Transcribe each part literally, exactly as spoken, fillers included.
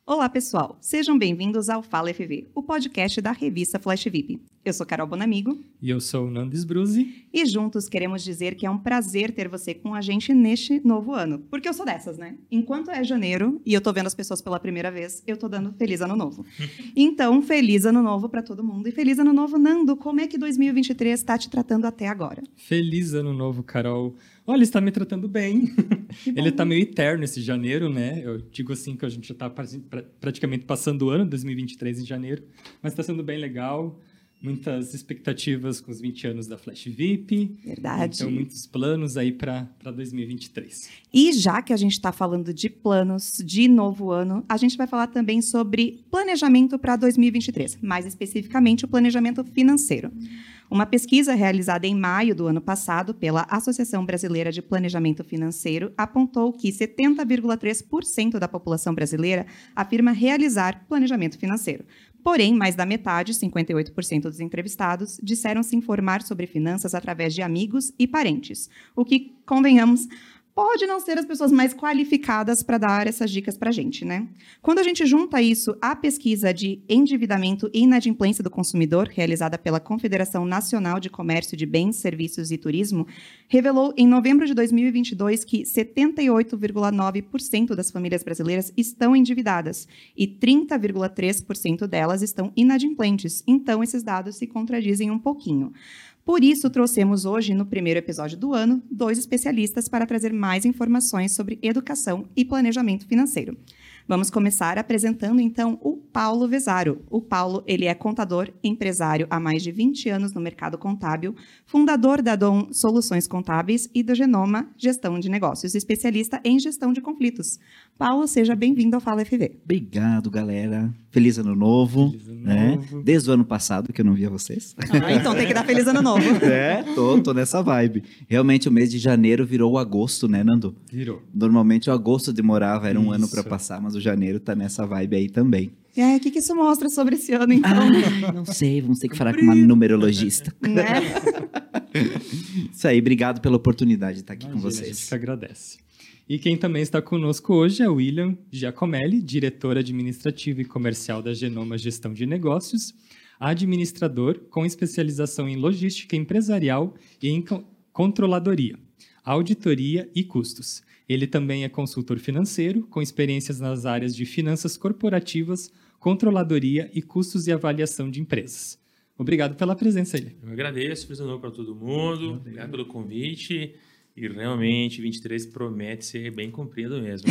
Olá, pessoal. Sejam bem-vindos ao Fala F V, o podcast da revista Flash V I P. Eu sou Carol Bonamigo. E eu sou o Nandis Bruzi. E juntos queremos dizer que é um prazer ter você com a gente neste novo ano. Porque eu sou dessas, né? Enquanto é janeiro e eu tô vendo as pessoas pela primeira vez, eu tô dando feliz ano novo. Então, feliz ano novo para todo mundo. E feliz ano novo, Nando. Como é que dois mil e vinte e três está te tratando até agora? Feliz ano novo, Carol. Olha, está me tratando bem. Ele está meio eterno esse janeiro, né? Eu digo assim que a gente já está praticamente passando o ano, dois mil e vinte e três, em janeiro. Mas está sendo bem legal. Muitas expectativas com os vinte anos da Flash V I P. Verdade. Então, muitos planos aí para dois mil e vinte e três. E já que a gente está falando de planos de novo ano, a gente vai falar também sobre planejamento para dois mil e vinte e três. Mais especificamente, o planejamento financeiro. Uma pesquisa realizada em maio do ano passado pela Associação Brasileira de Planejamento Financeiro apontou que setenta vírgula três por cento da população brasileira afirma realizar planejamento financeiro. Porém, mais da metade, cinquenta e oito por cento dos entrevistados, disseram se informar sobre finanças através de amigos e parentes, o que, convenhamos, pode não ser as pessoas mais qualificadas para dar essas dicas para a gente, né? Quando a gente junta isso à pesquisa de endividamento e inadimplência do consumidor, realizada pela Confederação Nacional de Comércio de Bens, Serviços e Turismo, revelou em novembro de dois mil e vinte e dois que setenta e oito vírgula nove por cento das famílias brasileiras estão endividadas e trinta vírgula três por cento delas estão inadimplentes. Então, esses dados se contradizem um pouquinho. Por isso, trouxemos hoje, no primeiro episódio do ano, dois especialistas para trazer mais informações sobre educação e planejamento financeiro. Vamos começar apresentando, então, o Paulo Vezaro. O Paulo, ele é contador, empresário há mais de vinte anos no mercado contábil, fundador da Dom Soluções Contábeis e do Genoma Gestão de Negócios, especialista em gestão de conflitos. Paulo, seja bem-vindo ao Fala F V. Obrigado, galera. Feliz ano novo. Feliz ano né? novo. Desde o ano passado que eu não via vocês. Ah, então tem que dar feliz ano novo. É, tô, tô nessa vibe. Realmente o mês de janeiro virou o agosto, né, Nando? Virou. Normalmente o agosto demorava, era um Isso. ano para passar, mas o janeiro tá nessa vibe aí também. É, o que, que isso mostra sobre esse ano, então? Ah, não sei, vamos ter que falar com uma numerologista. Né? Isso aí, obrigado pela oportunidade de estar aqui Imagina, com vocês. A gente que agradece. E quem também está conosco hoje é o William Giacomelli, diretor administrativo e comercial da Genoma Gestão de Negócios, administrador com especialização em logística empresarial e em controladoria, auditoria e custos. Ele também é consultor financeiro, com experiências nas áreas de finanças corporativas, controladoria e custos e avaliação de empresas. Obrigado pela presença aí. Eu agradeço, feliz ano novo para todo mundo, obrigado pelo convite. E realmente, vinte e três promete ser bem cumprido mesmo.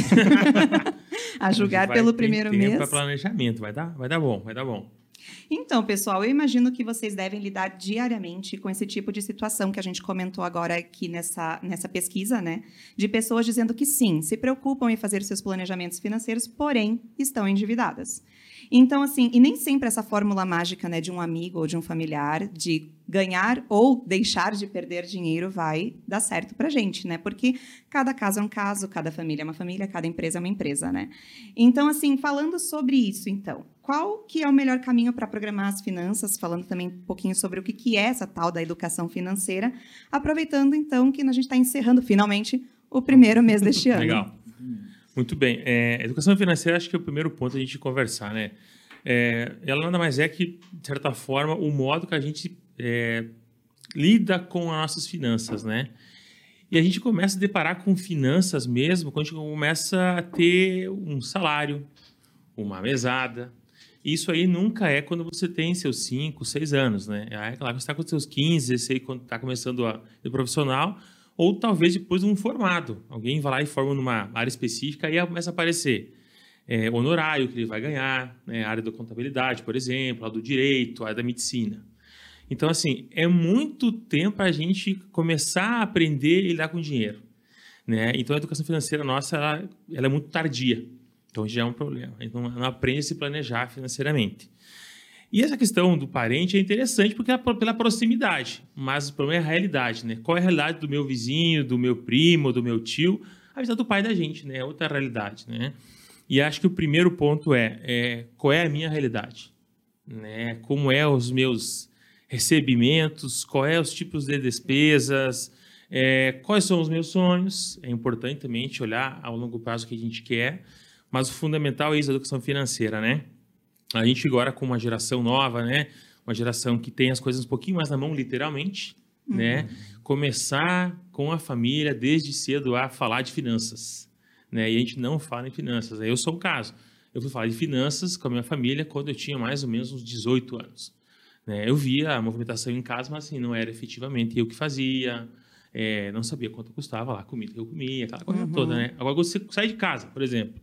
A julgar pelo primeiro mês. Tempo para planejamento, vai dar, vai dar bom, vai dar bom. Então, pessoal, eu imagino que vocês devem lidar diariamente com esse tipo de situação que a gente comentou agora aqui nessa, nessa pesquisa, né? De pessoas dizendo que sim, se preocupam em fazer seus planejamentos financeiros, porém estão endividadas. Então, assim, e nem sempre essa fórmula mágica, né, de um amigo ou de um familiar, de ganhar ou deixar de perder dinheiro vai dar certo pra gente, né? Porque cada caso é um caso, cada família é uma família, cada empresa é uma empresa, né? Então, assim, falando sobre isso, então, qual que é o melhor caminho para programar as finanças? Falando também um pouquinho sobre o que, que é essa tal da educação financeira, aproveitando, então, que a gente está encerrando, finalmente, o primeiro mês deste ano. Legal. Muito bem. É, educação financeira, acho que é o primeiro ponto a gente conversar, né? É, ela nada mais é que, de certa forma, o modo que a gente é, lida com as nossas finanças, né? E a gente começa a deparar com finanças mesmo quando a gente começa a ter um salário, uma mesada. Isso aí nunca é quando você tem seus cinco, seis anos, né? É claro que você está com seus quinze, dezesseis, quando está começando a ser profissional, ou talvez depois de um formado. Alguém vai lá e forma numa área específica e aí começa a aparecer é, honorário que ele vai ganhar, né? A área da contabilidade, por exemplo, a do direito, a área da medicina. Então, assim, é muito tempo a gente começar a aprender e lidar com dinheiro, né? Então, a educação financeira nossa, ela, ela é muito tardia. Então, já é um problema. A gente não, não aprende a se planejar financeiramente. E essa questão do parente é interessante porque é pela proximidade, mas o problema é a realidade, né? Qual é a realidade do meu vizinho, do meu primo, do meu tio? A vida do pai da gente, né? É outra realidade, né? E acho que o primeiro ponto é, é qual é a minha realidade, né? Como é os meus recebimentos, qual é os tipos de despesas, é, quais são os meus sonhos. É importante também a gente olhar ao longo prazo o que a gente quer, Mas o fundamental é isso, a educação financeira, né? A gente agora com uma geração nova, né? Uma geração que tem as coisas um pouquinho mais na mão, literalmente, uhum. né? Começar com a família desde cedo a falar de finanças, né? E a gente não fala em finanças. Eu sou o caso. Eu fui falar de finanças com a minha família quando eu tinha mais ou menos uns dezoito anos. Né? Eu via a movimentação em casa, mas assim, não era efetivamente eu que fazia, é, não sabia quanto custava lá a comida que eu comia, aquela coisa uhum. toda, né? Agora, você sai de casa, por exemplo,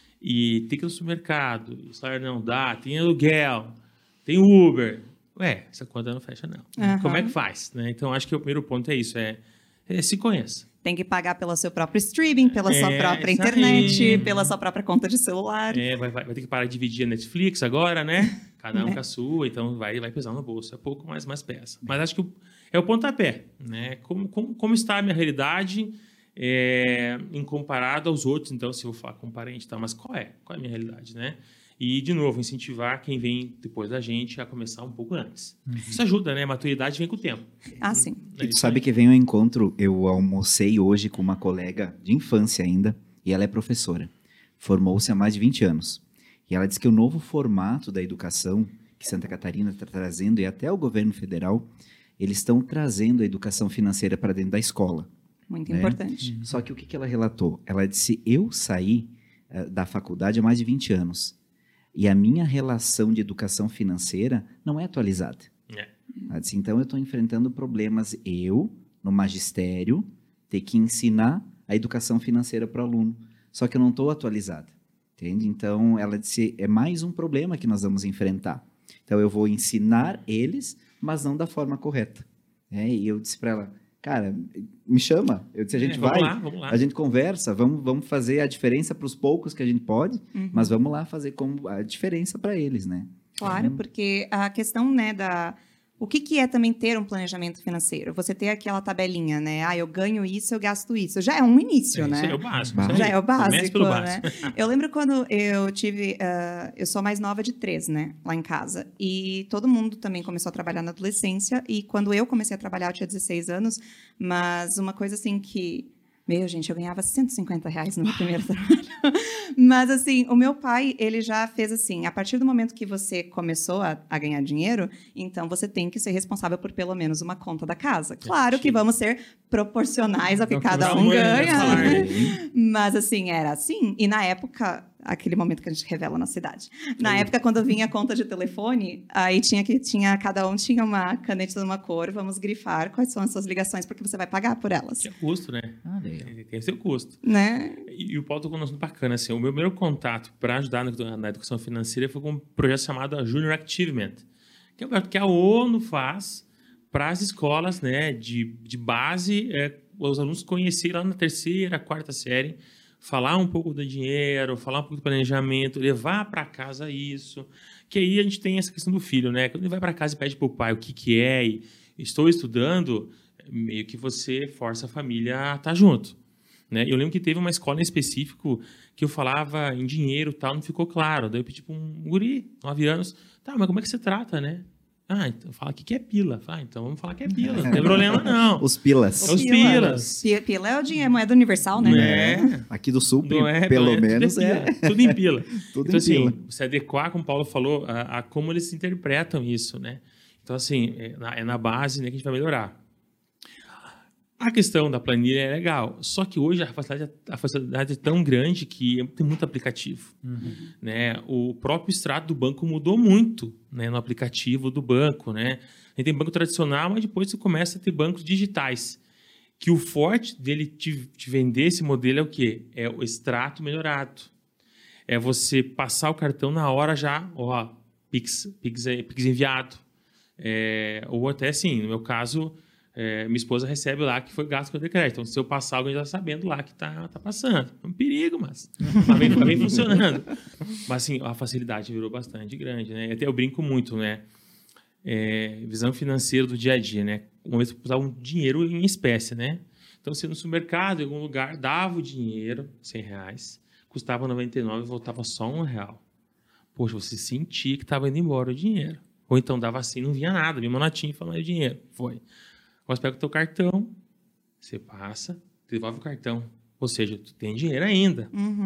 e tem que ir no supermercado, o salário não dá, tem aluguel, tem Uber. Ué, essa conta não fecha, não. Uhum. Como é que faz? Né? Então, acho que o primeiro ponto é isso, é, é se conheça. Tem que pagar pelo seu próprio streaming, pela é, sua própria internet, aí. Pela sua própria conta de celular. É, vai, vai, vai ter que parar de dividir a Netflix agora, né? Cada um é. com a sua, então vai, vai pesar no bolso. É pouco, mais mais pesa. Mas acho que o, é o pontapé, né? Como, como, como está a minha realidade é, em comparado aos outros? Então, se eu falar com um parente, tá, mas qual é? Qual é a minha realidade, né? E, de novo, incentivar quem vem depois da gente a começar um pouco antes. Uhum. Isso ajuda, né? A maturidade vem com o tempo. Ah, sim. É e tu sabe que vem ao encontro, eu almocei hoje com uma colega de infância ainda, e ela é professora. Formou-se há mais de vinte anos. E ela disse que o novo formato da educação que Santa Catarina está trazendo, e até o governo federal, eles estão trazendo a educação financeira para dentro da escola. Muito né? importante. Uhum. Só que o que ela relatou? Ela disse, eu saí uh, da faculdade há mais de vinte anos. E a minha relação de educação financeira não é atualizada. É. Ela disse, então eu estou enfrentando problemas, eu, no magistério, ter que ensinar a educação financeira para o aluno. Só que eu não estou atualizada. Entende? Então, ela disse, é mais um problema que nós vamos enfrentar. Então, eu vou ensinar eles, mas não da forma correta. É, e eu disse para ela, cara, me chama. Eu disse, a gente é, vamos vai, lá, vamos lá. A gente conversa, vamos, vamos fazer a diferença para os poucos que a gente pode, uhum. mas vamos lá fazer como a diferença para eles, né? Claro, então, porque a questão, né, da... O que, que é também ter um planejamento financeiro? Você ter aquela tabelinha, né? Ah, eu ganho isso, eu gasto isso. Já é um início, é, né? Isso é o básico. Já é o básico, pelo né? básico. Eu lembro quando eu tive... Uh, eu sou mais nova de três, né? Lá em casa. E todo mundo também começou a trabalhar na adolescência. E quando eu comecei a trabalhar, eu tinha dezesseis anos. Mas uma coisa assim que... Meu, gente, eu ganhava cento e cinquenta reais no meu primeiro trabalho. Mas, assim, o meu pai, ele já fez assim, a partir do momento que você começou a, a ganhar dinheiro, então você tem que ser responsável por pelo menos uma conta da casa. Claro que vamos ser proporcionais ao que cada um ganha. Né? Mas, assim, era assim. E, na época... Aquele momento que a gente revela na cidade. Na Sim. época, quando vinha a conta de telefone, aí tinha que tinha cada um tinha uma caneta de uma cor, vamos grifar quais são as suas ligações, porque você vai pagar por elas. Tem custo, né? Ah, tem, tem seu custo. Né? E, e o Paulo tocou num assunto bacana. Assim, o meu primeiro contato para ajudar na, na educação financeira foi com um projeto chamado Junior Achievement, que é um projeto que a ONU faz para as escolas, né, de, de base, é, os alunos conhecerem lá na terceira, quarta série, falar um pouco do dinheiro, falar um pouco do planejamento, levar para casa isso. Que aí a gente tem essa questão do filho, né? Quando ele vai para casa e pede para o pai o que, que é e estou estudando, meio que você força a família a estar junto. Né? Eu lembro que teve uma escola em específico que eu falava em dinheiro e tal, não ficou claro. Daí eu pedi para um guri, nove anos, tá, mas como é que você trata, né? Ah, então fala que é pila. Ah, então vamos falar que é pila. Não tem problema, não. Os pilas. Os pilas. pilas. Pila é o dinheiro, moeda universal, né? É. Aqui do Sul, não é, pelo é, menos, tudo é. Tudo em pila. Tudo então, em assim, pila. se adequar, como o Paulo falou, a, a como eles interpretam isso, né? Então, assim, é na, é na base, né, que a gente vai melhorar. A questão da planilha é legal, só que hoje a facilidade, a facilidade é tão grande que tem muito aplicativo. Uhum. Né? O próprio extrato do banco mudou muito, né, no aplicativo do banco. Né? A gente tem banco tradicional, mas depois você começa a ter bancos digitais. Que o forte dele te, te vender esse modelo é o quê? É o extrato melhorado. É você passar o cartão na hora já, ó, Pix, Pix, Pix enviado. É, ou até assim, no meu caso... É, minha esposa recebe lá que foi gasto com o decreto. Então, se eu passar, alguém já está sabendo lá que está tá passando. É um perigo, mas, mas vem, vem funcionando. Mas, assim, a facilidade virou bastante grande, né? Até eu brinco muito, né? É, visão financeira do dia a dia, né? Uma vez eu usava um dinheiro em espécie, né? Então, você ia no supermercado, em algum lugar, dava o dinheiro, cem reais, custava noventa e nove e voltava só um real. Poxa, você sentia que estava indo embora o dinheiro. Ou então dava assim, não vinha nada, vinha uma notinha falando o dinheiro. Foi. Você pega o teu cartão, você passa, devolve o cartão. Ou seja, tu tem dinheiro ainda. Uhum.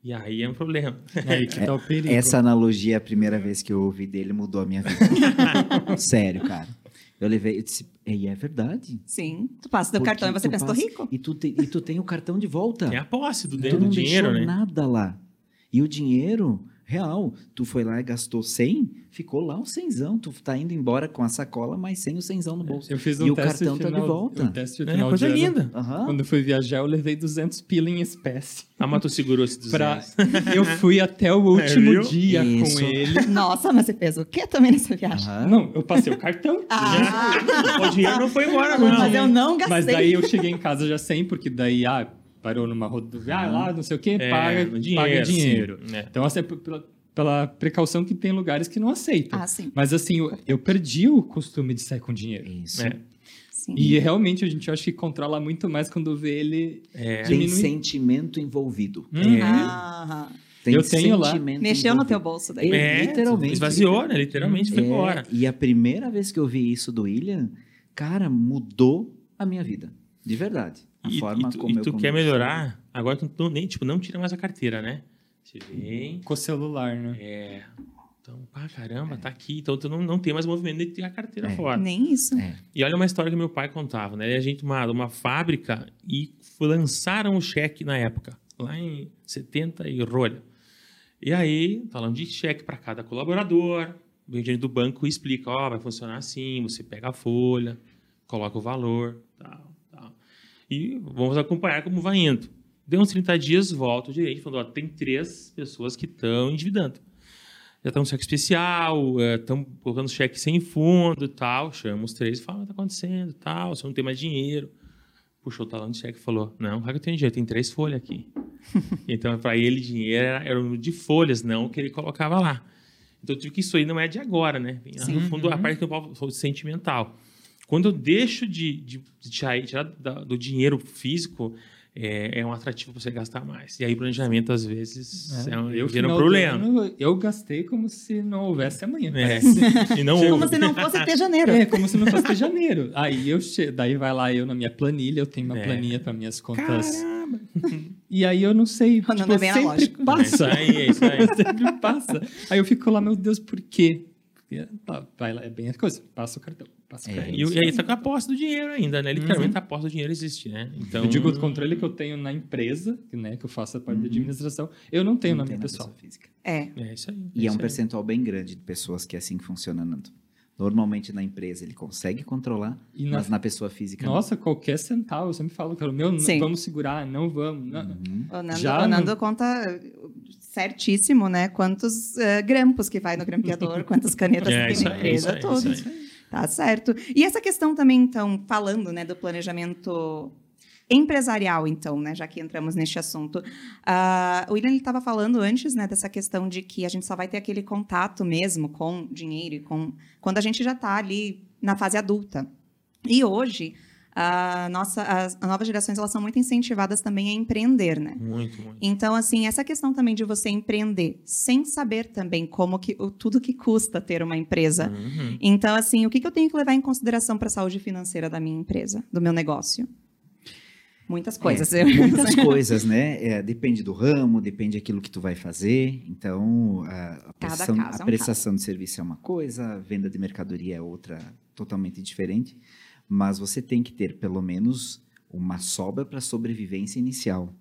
E aí é um problema. Aí que tá o perigo. Essa analogia, a primeira vez que eu ouvi dele, mudou a minha vida. Sério, cara. Eu levei, eu disse, e é verdade. Sim, tu passa do Porque cartão e você tu pensa, passa- tô rico. E tu, te- e tu tem o cartão de volta. Tem a posse do, Tu do não dinheiro, deixou né? nada lá. E o dinheiro, real, tu foi lá e gastou cem, ficou lá o cenzão. Tu tá indo embora com a sacola, mas sem o cenzão no bolso. Eu fiz um E o teste cartão tá de final, volta. Um teste É final coisa de ano. linda. Aham. Quando eu fui viajar, eu levei duzentos pila em espécie. A Mato segurou esse Pra... duzentos. Eu fui até o último viu? dia Isso. com ele. Nossa, mas você fez o quê também nessa viagem? Aham. Não, eu passei o cartão. Ah, O dinheiro não foi embora, não. mas eu não gastei. Mas daí eu cheguei em casa já sem, porque daí, ah, parou numa rodoviária, ah, lá, não sei o quê, É, paga no dinheiro. Paga dinheiro. sim. É. Então, assim, é pela, pela precaução que tem lugares que não aceitam. Ah, sim. Mas, assim, eu, eu perdi o costume de sair com dinheiro. Isso. É. Sim. E realmente a gente acha que controla muito mais quando vê ele É. Tem diminuir. sentimento envolvido. Hum. Ah, Tem Eu tenho lá. sentimento mexeu no envolvido. teu bolso daí. É, literalmente. Esvaziou, né? Literalmente foi É, embora. E a primeira vez que eu vi isso do William, cara, mudou a minha vida. De verdade. A E, forma e tu, como e eu tu quer conduzo. melhorar, agora tu não, nem, tipo, não tira mais a carteira, né? Você vem, com o celular, né? é... Então, pá, caramba, tá aqui. Então, tu não, não tem mais movimento de tirar a carteira É. fora. Nem isso. É. E olha uma história que meu pai contava, né? A gente, uma, uma fábrica, e lançaram o cheque na época, lá em setenta e rolha. E aí, falando de cheque para cada colaborador, o gerente do banco explica, ó, vai funcionar assim, você pega a folha, coloca o valor, tal, tal. E vamos acompanhar como vai indo. Deu uns trinta dias, volta o gerente, falando, ó, tem três pessoas que estão endividando. Já estão no cheque especial, estão colocando cheque sem fundo e tal. Chama os três e fala, o que está acontecendo tal, você não tem mais dinheiro. Puxou o talão de cheque e falou, não, claro que eu tenho dinheiro, tem três folhas aqui. Então, para ele, dinheiro era, era o número de folhas, não o que ele colocava lá. Então, eu tive que isso aí não é de agora, né? Sim. No fundo, a parte que eu falo sentimental. Quando eu deixo de, de, de tirar, tirar da- do dinheiro físico, é, é um atrativo para você gastar mais. E aí, planejamento, às vezes, é, um, eu, vira um final do problema. ano, eu gastei como se não houvesse amanhã. É. parece. E não Como houve. se não fosse ter janeiro. É, como se não fosse de janeiro. Aí eu che... daí vai lá eu na minha planilha, eu tenho uma É. planilha para minhas contas. Caramba! E aí eu não sei, Não, tipo, não é bem sempre analógico. É passa. isso aí, é isso aí. sempre passa. Aí eu fico lá, meu Deus, por quê? Porque, tá, vai lá, é bem a coisa. Passa o cartão, passa o É, cartão. E, e aí tá com a posse do dinheiro ainda, né? Literalmente a posse do dinheiro existe, né? Então, Eu digo o controle que eu tenho na empresa, que, né, que eu faço a parte da administração, eu não tenho Não na tem minha na pessoal. pessoa física. É. É isso aí. E é um isso aí. percentual bem grande de pessoas que é assim que funciona, Nando. Normalmente na empresa ele consegue controlar, E na- mas na pessoa física não. Nossa, qualquer centavo, eu sempre falo, cara, meu, não Sim. vamos segurar, não vamos. Não. Uhum. O Nando, Já o Nando não- conta certíssimo, né? Quantos eh, grampos que vai no grampeador, quantas canetas É, que isso tem na aí, isso empresa, aí, tudo. isso aí. Tá certo. E essa questão também, então, falando, né, do planejamento empresarial, então, né, já que entramos neste assunto. Ah, o William estava falando antes, né, dessa questão de que a gente só vai ter aquele contato mesmo com dinheiro e com quando a gente já está ali na fase adulta. E hoje, a nossa, as, as novas gerações, elas são muito incentivadas também a empreender, né? Muito, muito. Então, assim, essa questão também de você empreender sem saber também como que o, tudo que custa ter uma empresa. Uhum. Então, assim, o que, que eu tenho que levar em consideração para a saúde financeira da minha empresa, do meu negócio? Muitas coisas. É, muitas coisas, né? É, depende do ramo, depende daquilo que tu vai fazer. Então, a, a Cada prestação, caso é a um prestação de serviço é uma coisa, a venda de mercadoria é outra, totalmente diferente. Mas você tem que ter, pelo menos, uma sobra para sobrevivência inicial.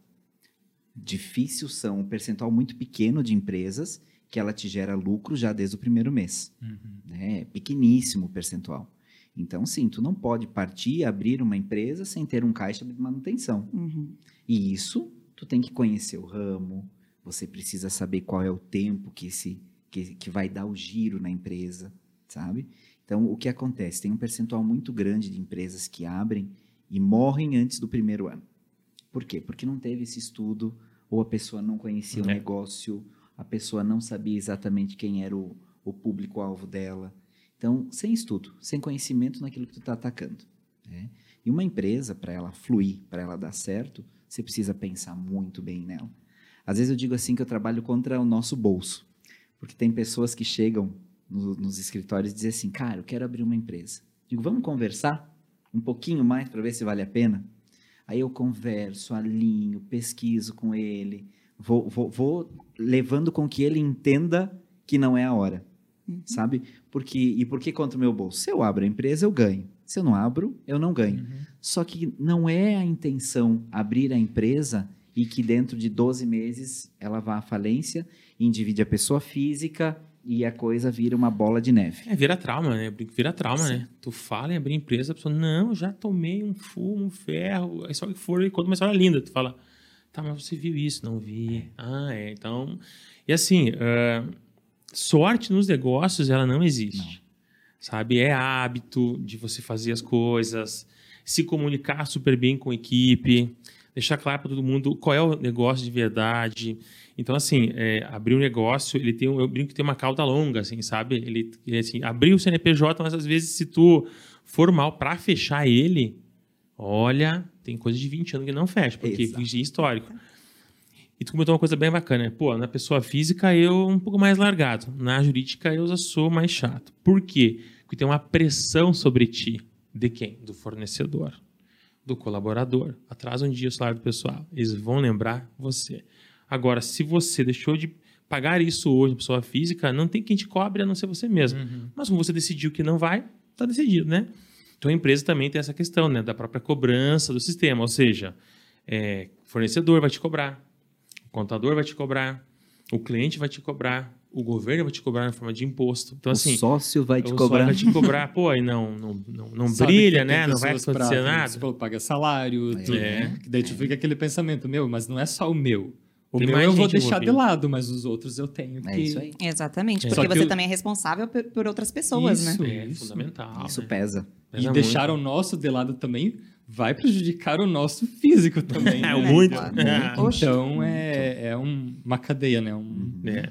Difícil são um percentual muito pequeno de empresas que ela te gera lucro já desde o primeiro mês. Né? Pequeníssimo o percentual. Então, sim, tu não pode partir e abrir uma empresa sem ter um caixa de manutenção. Uhum. E isso, tu tem que conhecer o ramo, você precisa saber qual é o tempo que, esse, que, que vai dar o giro na empresa, sabe? Então, o que acontece? Tem um percentual muito grande de empresas que abrem e morrem antes do primeiro ano. Por quê? Porque não teve esse estudo, ou a pessoa não conhecia o É. negócio, a pessoa não sabia exatamente quem era o, o público-alvo dela. Então, sem estudo, sem conhecimento naquilo que tu está atacando. Né? E uma empresa, para ela fluir, para ela dar certo, você precisa pensar muito bem nela. Às vezes eu digo assim que eu trabalho contra o nosso bolso, porque tem pessoas que chegam no, nos escritórios e dizem assim, cara, eu quero abrir uma empresa. Digo, vamos conversar um pouquinho mais para ver se vale a pena? Aí eu converso, alinho, pesquiso com ele, vou, vou, vou levando com que ele entenda que não é a hora, uhum. sabe? Porque, e por que contra o meu bolso? Se eu abro a empresa, eu ganho. Se eu não abro, eu não ganho. Uhum. Só que não é a intenção abrir a empresa e que dentro de doze meses ela vá à falência, endivide a pessoa física e a coisa vira uma bola de neve. É, vira trauma, né? Vira trauma, Sim. né? Tu fala em abrir empresa, a pessoa, não, já tomei um fumo, um ferro, aí só que for, e quando uma história linda, tu fala, tá, mas você viu isso? Não vi. Ah, é, então... E assim, uh, sorte nos negócios, ela não existe. Não. Sabe? É hábito de você fazer as coisas, se comunicar super bem com a equipe, deixar claro para todo mundo qual é o negócio de verdade. Então, assim, é, abrir um negócio, ele tem, eu brinco que tem uma cauda longa, assim, sabe? Ele, ele assim, abrir o C N P J, mas às vezes, se tu for mal para fechar ele, olha, tem coisa de vinte anos que não fecha, porque é histórico. E tu comentou uma coisa bem bacana, né? Pô, na pessoa física eu um pouco mais largado, na jurídica eu já sou mais chato. Por quê? Porque tem uma pressão sobre ti. De quem? Do fornecedor, do colaborador. Atrasa um dia o salário do pessoal. Eles vão lembrar você. Agora, se você deixou de pagar isso hoje, pessoa física, não tem quem te cobre a não ser você mesmo. Uhum. Mas como você decidiu que não vai, está decidido, né? Então a empresa também tem essa questão, né? Da própria cobrança do sistema. Ou seja, é, fornecedor vai te cobrar, o contador vai te cobrar, o cliente vai te cobrar, o governo vai te cobrar na forma de imposto. Então, o assim, sócio vai te o cobrar. O sócio vai te cobrar. Pô, aí não, não, não, não brilha, né? Não vai acontecer pra, nada. Você paga salário, é. tu, É. Daí tu fica aquele pensamento, meu, mas não é só o meu. O Tem meu mais eu vou gente deixar envolvida. de lado, mas os outros eu tenho que... É isso aí. Exatamente, É. porque Só você que também é responsável por, por outras pessoas, Isso, né? É isso. fundamental. Isso né? pesa. E Pesa deixar muito. o nosso de lado também vai prejudicar o nosso físico também. É, né? muito. Claro. Então, é, é um, uma cadeia, né? Um, É.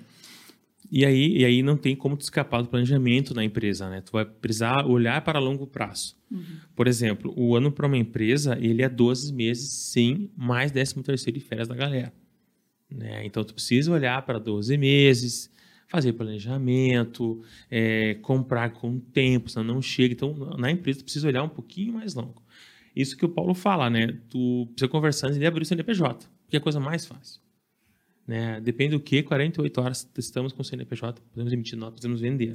E aí, e aí não tem como tu escapar do planejamento na empresa, né? Tu vai precisar olhar para longo prazo. Uhum. Por exemplo, o ano para uma empresa, ele é doze meses sem mais décimo terceiro de férias da galera. Né? Então, tu precisa olhar para doze meses, fazer planejamento, é, comprar com tempo, senão não chega. Então, na empresa, tu precisa olhar um pouquinho mais longo. Isso que o Paulo fala, né? Tu precisa conversar antes de abrir o C N P J, que é a coisa mais fácil. Né? Depende do que, quarenta e oito horas estamos com o C N P J, podemos emitir nota, podemos vender.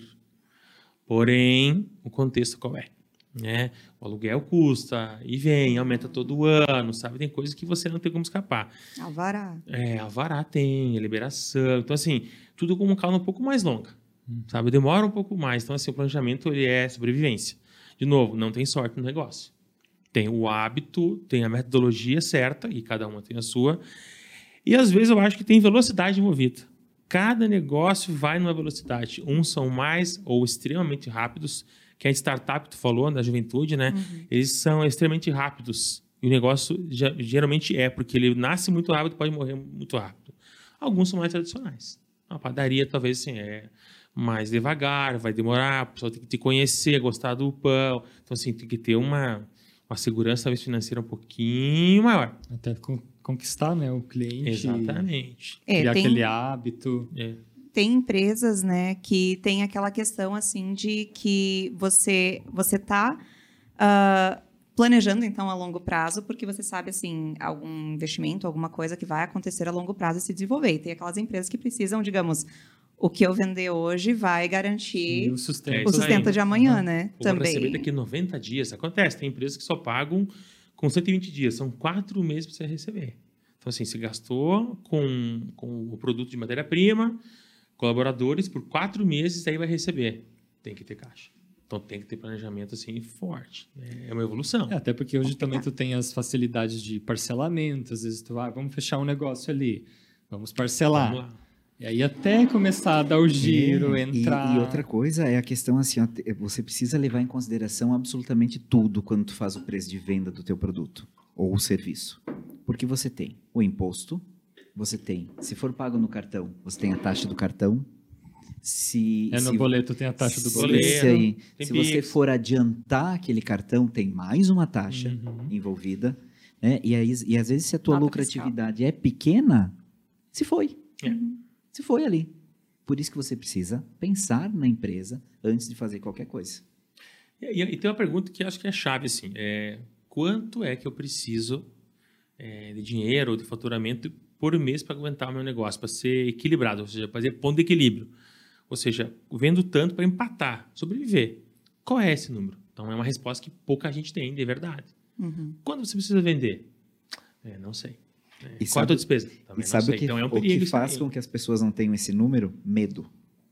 Porém, o contexto qual é? Né? O aluguel custa e vem, aumenta todo ano, sabe? Tem coisas que você não tem como escapar. Alvará. É, alvará tem, liberação. Então, assim, tudo com uma calma um pouco mais longa, hum. sabe? Demora um pouco mais. Então, assim, o planejamento ele é sobrevivência. De novo, não tem sorte no negócio. Tem o hábito, tem a metodologia certa, e cada uma tem a sua. E, às vezes, eu acho que tem velocidade envolvida. Cada negócio vai numa velocidade. Uns são mais ou extremamente rápidos, que a startup, tu falou, da juventude, né? Uhum. Eles são extremamente rápidos. E o negócio já, geralmente é, porque ele nasce muito rápido, pode morrer muito rápido. Alguns são mais tradicionais. A padaria, talvez, assim, é mais devagar, vai demorar, a pessoa tem que te conhecer, gostar do pão. Então, assim, tem que ter uma, uma segurança, talvez, financeira um pouquinho maior. Até conquistar, né, o cliente. Exatamente. É, criar tem... aquele hábito. É. Tem empresas, né, que tem aquela questão, assim, de que você você está uh, planejando, então, a longo prazo, porque você sabe, assim, algum investimento, alguma coisa que vai acontecer a longo prazo e se desenvolver. E tem aquelas empresas que precisam, digamos, o que eu vender hoje vai garantir e o sustento, é o sustento de amanhã, uhum. né? Ou também. receber daqui noventa dias. Acontece, tem empresas que só pagam com cento e vinte dias. São quatro meses para você receber. Então, assim, você gastou com, com o produto de matéria-prima, colaboradores, por quatro meses, aí vai receber. Tem que ter caixa. Então, tem que ter planejamento, assim, forte. É uma evolução. É, até porque hoje também tu tem as facilidades de parcelamento. Às vezes tu, ah, vamos fechar um negócio ali, vamos parcelar. Vamos lá. E aí até começar a dar o giro, é, entrar... E, e outra coisa é a questão, assim, ó, você precisa levar em consideração absolutamente tudo quando tu faz o preço de venda do teu produto ou o serviço. Porque você tem o imposto, você tem, se for pago no cartão, você tem a taxa do cartão. Se, é, no se, boleto tem a taxa do se, boleto. Se, aí, tem se você Pix. for adiantar aquele cartão, tem mais uma taxa uhum. envolvida. Né? E, aí, e às vezes, se a tua Nota lucratividade fiscal. é pequena, se foi. É. Uhum. Se foi ali. Por isso que você precisa pensar na empresa antes de fazer qualquer coisa. E, e tem uma pergunta que acho que é chave, assim. É, quanto é que eu preciso é, de dinheiro ou de faturamento por mês para aguentar o meu negócio, para ser equilibrado, ou seja, fazer ponto de equilíbrio. Ou seja, vendo tanto para empatar, sobreviver. Qual é esse número? Então, é uma resposta que pouca gente tem, de verdade. Uhum. Quando você precisa vender? É, não sei. É, E qual sabe, é a tua despesa? E Também não sabe sei. o que, Então, é um o perigo que isso faz aí. com que as pessoas não tenham esse número? Medo.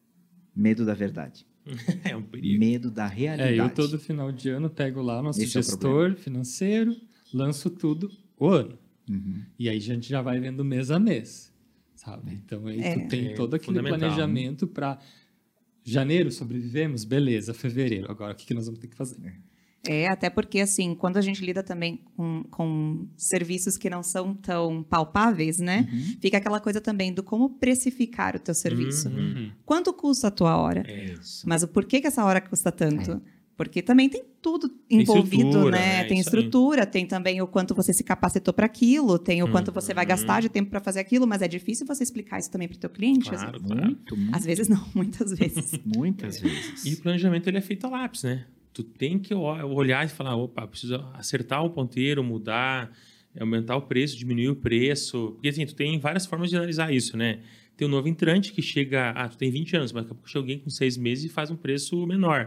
Medo da verdade. É um perigo. Medo da realidade. É, eu todo final de ano pego lá o nosso Esse é o gestor financeiro, lanço tudo o ano. Uhum. E aí a gente já vai vendo mês a mês, sabe? Então aí É. tu tem É todo aquele fundamental. planejamento para janeiro sobrevivemos, beleza, fevereiro, agora o que, que nós vamos ter que fazer? É, até porque, assim, quando a gente lida também com, com serviços que não são tão palpáveis, né? Uhum. Fica aquela coisa também do como precificar o teu serviço. Uhum. Quanto custa a tua hora? É. Isso. Mas o porquê que essa hora custa tanto? Porque também tem tudo envolvido, estrutura, né? né? Tem Isso aí. estrutura, tem também o quanto você se capacitou para aquilo, tem o quanto você vai Uhum. gastar de tempo para fazer aquilo, mas é difícil você explicar isso também para o teu cliente. às Claro, vezes. claro. Muito, muito. Às vezes não, muitas vezes. Muitas vezes. E o planejamento ele é feito a lápis, né? Tu tem que olhar e falar, opa, preciso acertar o ponteiro, mudar, aumentar o preço, diminuir o preço. Porque assim, tu tem várias formas de analisar isso, né? Tem um novo entrante que chega, ah, tu tem vinte anos, mas daqui a pouco chega alguém com seis meses e faz um preço menor.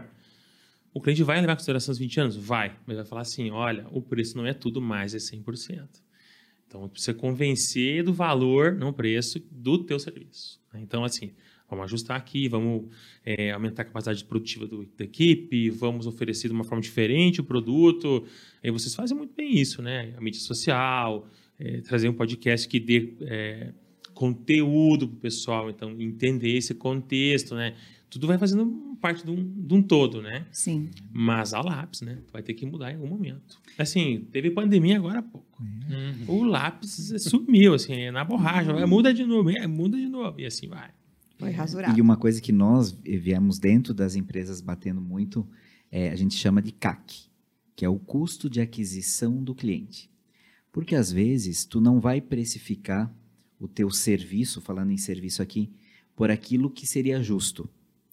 O cliente vai levar em consideração os vinte anos? Vai. Mas vai falar assim, olha, o preço não é tudo mais, é cem por cento. Então, precisa convencer do valor, não preço, do teu serviço. Então, assim, vamos ajustar aqui, vamos é, aumentar a capacidade produtiva do, da equipe, vamos oferecer de uma forma diferente o produto. E vocês fazem muito bem isso, né? A mídia social, é, trazer um podcast que dê é, conteúdo para o pessoal, então, entender esse contexto, né? Tudo vai fazendo parte de um, de um todo, né? Sim. Mas a lápis, né? Vai ter que mudar em algum momento. Assim, teve pandemia agora há pouco. Uhum. O lápis sumiu, assim, na borracha. Vai, muda de novo, é, muda de novo. E assim vai. Foi rasurado. E uma coisa que nós viemos dentro das empresas batendo muito, é, a gente chama de C A C, que é o custo de aquisição do cliente. Porque às vezes tu não vai precificar o teu serviço, falando em serviço aqui, por aquilo que seria justo.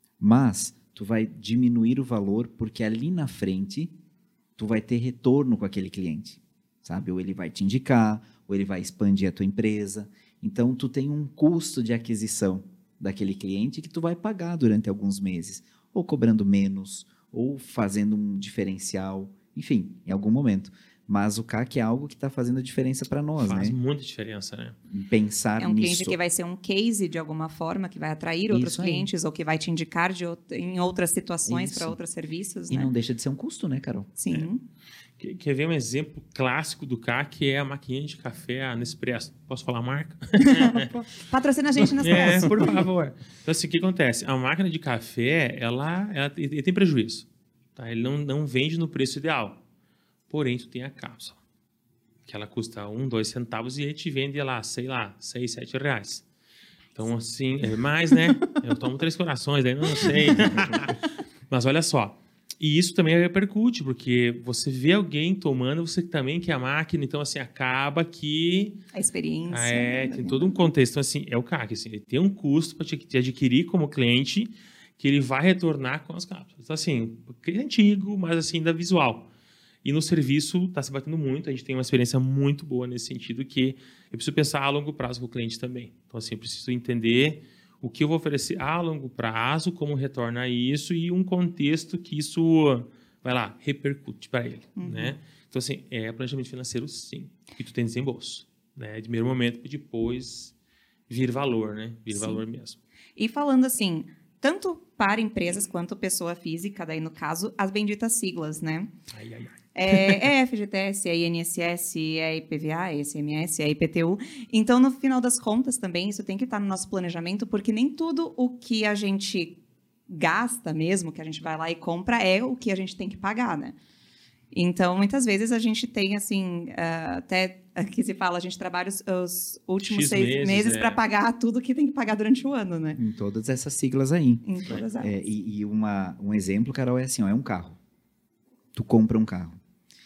Mas tu vai diminuir o valor porque ali na frente tu vai ter retorno com aquele cliente, sabe? Ou ele vai te indicar, ou ele vai expandir a tua empresa. Então, tu tem um custo de aquisição daquele cliente que tu vai pagar durante alguns meses, ou cobrando menos, ou fazendo um diferencial, enfim, em algum momento. Mas o C A C é algo que está fazendo a diferença para nós, Faz né? muita diferença, né? Pensar É um nisso. cliente que vai ser um case de alguma forma, que vai atrair outros Isso aí. clientes ou que vai te indicar de out- em outras situações Isso. para outros serviços, E né? não deixa de ser um custo, né, Carol? Sim. Quer, quer ver um exemplo clássico do C A C, que é a maquininha de café, a Nespresso. Posso falar a marca? Patrocina a gente nas É, próximas. por favor. Então, assim, o que acontece? A máquina de café, ela, ela tem ele tem prejuízo. Tá? Ele não, não vende no preço ideal. Porém, tu tem a cápsula, que ela custa um, dois centavos e ele te vende lá, sei lá, seis, sete reais. Então, assim, é mais, né? Eu tomo três corações, daí não sei. Mas olha só. E isso também repercute, porque você vê alguém tomando, você também quer a máquina, então, assim, acaba que... A experiência. Ah, é, né? tem todo um contexto. Então, assim, é o C A C, assim, ele tem um custo para te, te adquirir como cliente que ele vai retornar com as cápsulas. Então, assim, é antigo, mas, assim, ainda visual. E no serviço está se batendo muito, a gente tem uma experiência muito boa nesse sentido, que eu preciso pensar a longo prazo com o cliente também. Então, assim, eu preciso entender o que eu vou oferecer a longo prazo, como retorna isso e um contexto que isso, vai lá, repercute para ele, Uhum. né? Então, assim, é planejamento financeiro, sim, que tu tem desembolso, né? De primeiro momento, para depois vir valor, né? Vir Sim. valor mesmo. E falando assim, tanto para empresas quanto pessoa física, daí no caso, as benditas siglas, né? Ai, ai, ai. É, é F G T S, é I N S S, é I P V A, é I C M S, é I P T U. Então, no final das contas, também, isso tem que estar no nosso planejamento, porque nem tudo o que a gente gasta mesmo, que a gente vai lá e compra, é o que a gente tem que pagar, né? Então, muitas vezes a gente tem, assim, uh, até aqui se fala, a gente trabalha os, os últimos X seis meses, meses é. para pagar tudo que tem que pagar durante o ano, né? Em todas essas siglas aí. Em todas elas. É, e e uma, um exemplo, Carol, é assim, ó, é um carro. Tu compra um carro.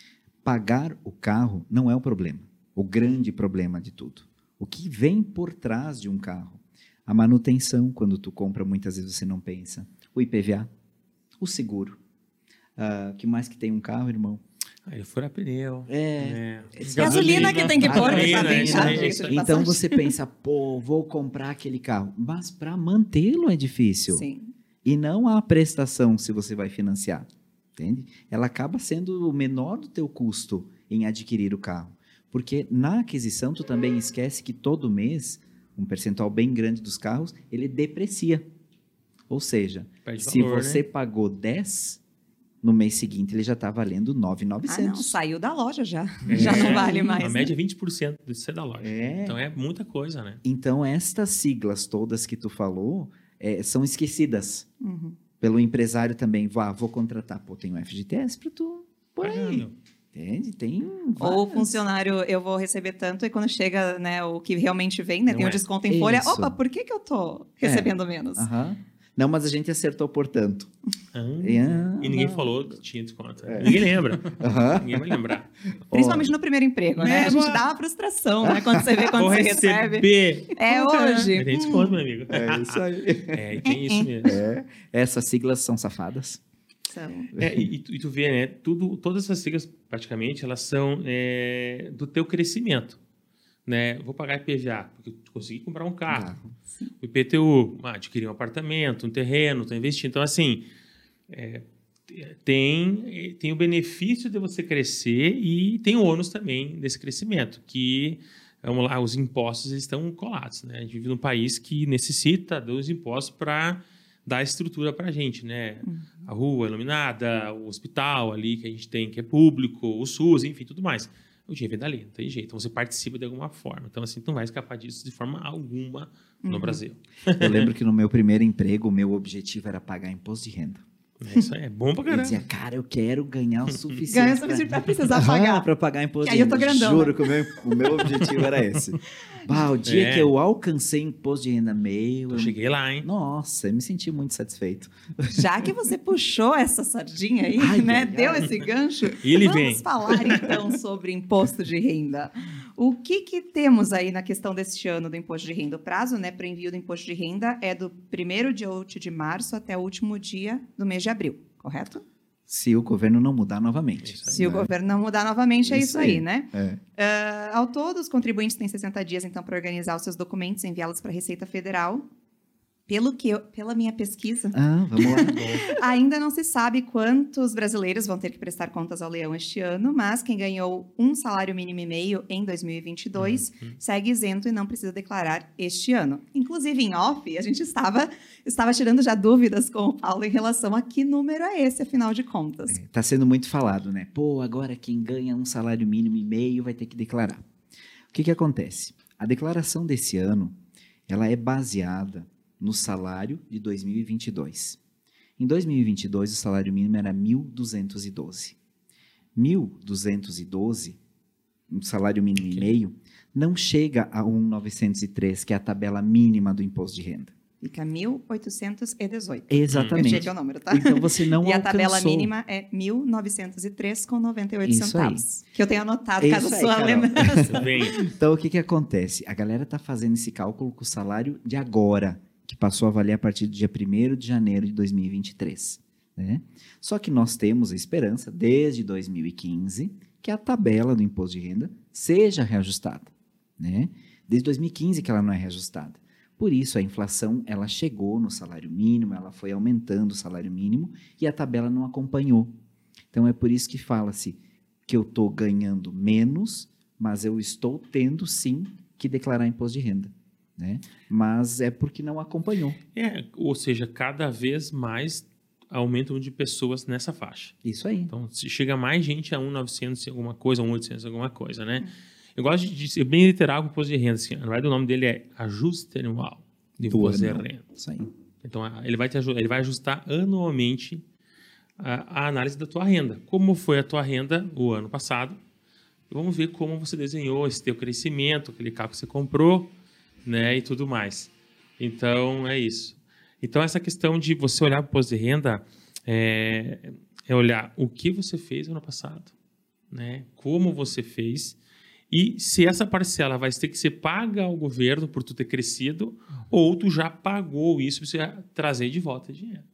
Pagar o carro não é o problema. O grande problema de tudo. O que vem por trás de um carro? A manutenção, quando tu compra, muitas vezes você não pensa. O I P V A. O seguro. O que mais que tem um carro, irmão? Aí furar pneu. É. É. Gasolina que tem que pôr. Gasolina, Né? isso aí, isso aí. Então você pensa, pô, vou comprar aquele carro. Mas para mantê-lo é difícil. Sim. E não há prestação se você vai financiar. Entende? Ela acaba sendo o menor do teu custo em adquirir o carro. Porque na aquisição tu também esquece que todo mês, um percentual bem grande dos carros, ele deprecia. Ou seja, Perde se valor, você né? pagou dez, no mês seguinte ele já está valendo nove mil e Ah, não, novecentos. saiu da loja já. É. Já não vale mais. A né? média é vinte por cento do C da loja. É. Então é muita coisa, né? Então, estas siglas todas que tu falou é, são esquecidas Uhum. pelo empresário também. Vá, vou contratar. Pô, tem um F G T S para tu pôr aí. Pagando. Entende? Tem Ou o várias. funcionário, eu vou receber tanto, e quando chega, né, o que realmente vem, né, Não tem um é. desconto em folha. Isso. Opa, por que, que eu tô recebendo menos? Aham. Não, mas a gente acertou por tanto. Ah, E, ah, e ninguém não. falou que tinha desconto. Ninguém lembra. Aham. Ninguém vai lembrar. Principalmente no primeiro emprego, né? A Mesmo? gente dá uma frustração, né? Quando você vê, quando Vou você recebe. receber. É Pô, cara, hoje. Tem desconto, meu amigo. É isso aí. É, e tem isso mesmo. É, essas siglas são safadas. São. É, e, e tu, e tu vê, né? Tudo, todas essas siglas, praticamente, elas são é, do teu crescimento. Né? Vou pagar I P V A, porque eu consegui comprar um carro. O I P T U, ah, adquirir um apartamento, um terreno, estou investindo. Então, assim, é, tem, tem o benefício de você crescer e tem o ônus também desse crescimento, que, vamos lá, os impostos estão colados. Né? A gente vive num país que necessita dos impostos para dar estrutura para a gente, né? Uhum. A rua iluminada, o hospital ali que a gente tem, que é público, o SUS, enfim, tudo mais. O dinheiro vem dali, não tem jeito. Então, você participa de alguma forma. Então, assim, tu não vai escapar disso de forma alguma no Uhum. Brasil. Eu lembro que no meu primeiro emprego, o meu objetivo era pagar imposto de renda. É, isso aí é bom pra Eu caramba. dizia, cara, eu quero ganhar o suficiente. Ganha o suficiente pra precisar pagar. Para pagar imposto Que de aí eu renda. tô grandão, Juro né? que o meu, o meu objetivo era esse. Bah, o dia É. que eu alcancei imposto de renda meu... Eu eu- cheguei lá, hein? Nossa, eu me senti muito satisfeito. Já que você puxou essa sardinha aí, Ai, né? ai, Deu ai. esse gancho. E ele vamos vem. falar, então, sobre imposto de renda. O que, que temos aí na questão deste ano do imposto de renda? O prazo, né, para envio do imposto de renda é do primeiro de oito de março até o último dia do mês de abril, correto? Se o governo não mudar novamente. Isso aí. Se o governo não mudar novamente, é Isso isso aí, aí. né? É. Ah, ao todo, os contribuintes têm sessenta dias, então, para organizar os seus documentos e enviá-los para a Receita Federal. Pelo que eu, pela minha pesquisa, Ah, vamos lá. ainda não se sabe quantos brasileiros vão ter que prestar contas ao leão este ano, mas quem ganhou um salário mínimo e meio em dois mil e vinte e dois Uhum. segue isento e não precisa declarar este ano. Inclusive, em off, a gente estava, estava tirando já dúvidas com o Paulo em relação a que número é esse, afinal de contas. Está sendo muito falado, né? Pô, agora quem ganha um salário mínimo e meio vai ter que declarar. O que, que acontece? A declaração desse ano, ela é baseada no salário de dois mil e vinte e dois. Em dois mil e vinte e dois, o salário mínimo era mil duzentos e doze. mil duzentos e doze, um salário mínimo Ok. e meio, não chega a mil novecentos e três, que é a tabela mínima do imposto de renda. Fica mil oitocentos e dezoito. Exatamente. Eu chequei o número, tá? Então você não E a alcançou. tabela mínima é mil novecentos e três vírgula noventa e oito Isso aí. centavos. Que eu tenho anotado, Isso caso aí, sua Carol. lembrança. Vem. Então, o que, que acontece? A galera está fazendo esse cálculo com o salário de agora, que passou a valer a partir do dia primeiro de janeiro de dois mil e vinte e três. Né? Só que nós temos a esperança, desde dois mil e quinze, que a tabela do imposto de renda seja reajustada. Né? Desde dois mil e quinze que ela não é reajustada. Por isso, a inflação ela chegou no salário mínimo, ela foi aumentando o salário mínimo e a tabela não acompanhou. Então, é por isso que fala-se que eu estou ganhando menos, mas eu estou tendo, sim, que declarar imposto de renda. Né? Mas é porque não acompanhou. É, ou seja, cada vez mais aumenta o número de pessoas nessa faixa. Isso aí. Então, se chega mais gente a mil e novecentos e alguma coisa, a mil e oitocentos e alguma coisa, né? Eu gosto de ser bem literal com o imposto de renda. Assim, na verdade, o nome dele é ajuste anual de imposto de ano. renda. Isso aí. Então, a- ele vai, te, aju- ele vai ajustar anualmente a, a análise da tua renda. Como foi a tua renda o ano passado? E vamos ver como você desenhou esse teu crescimento, aquele carro que você comprou, né, e tudo mais. Então, é isso. Então, essa questão de você olhar para o imposto de renda é, é olhar o que você fez no ano passado, né, como você fez, e se essa parcela vai ter que ser paga ao governo por tu ter crescido, ou tu já pagou isso para você trazer de volta dinheiro.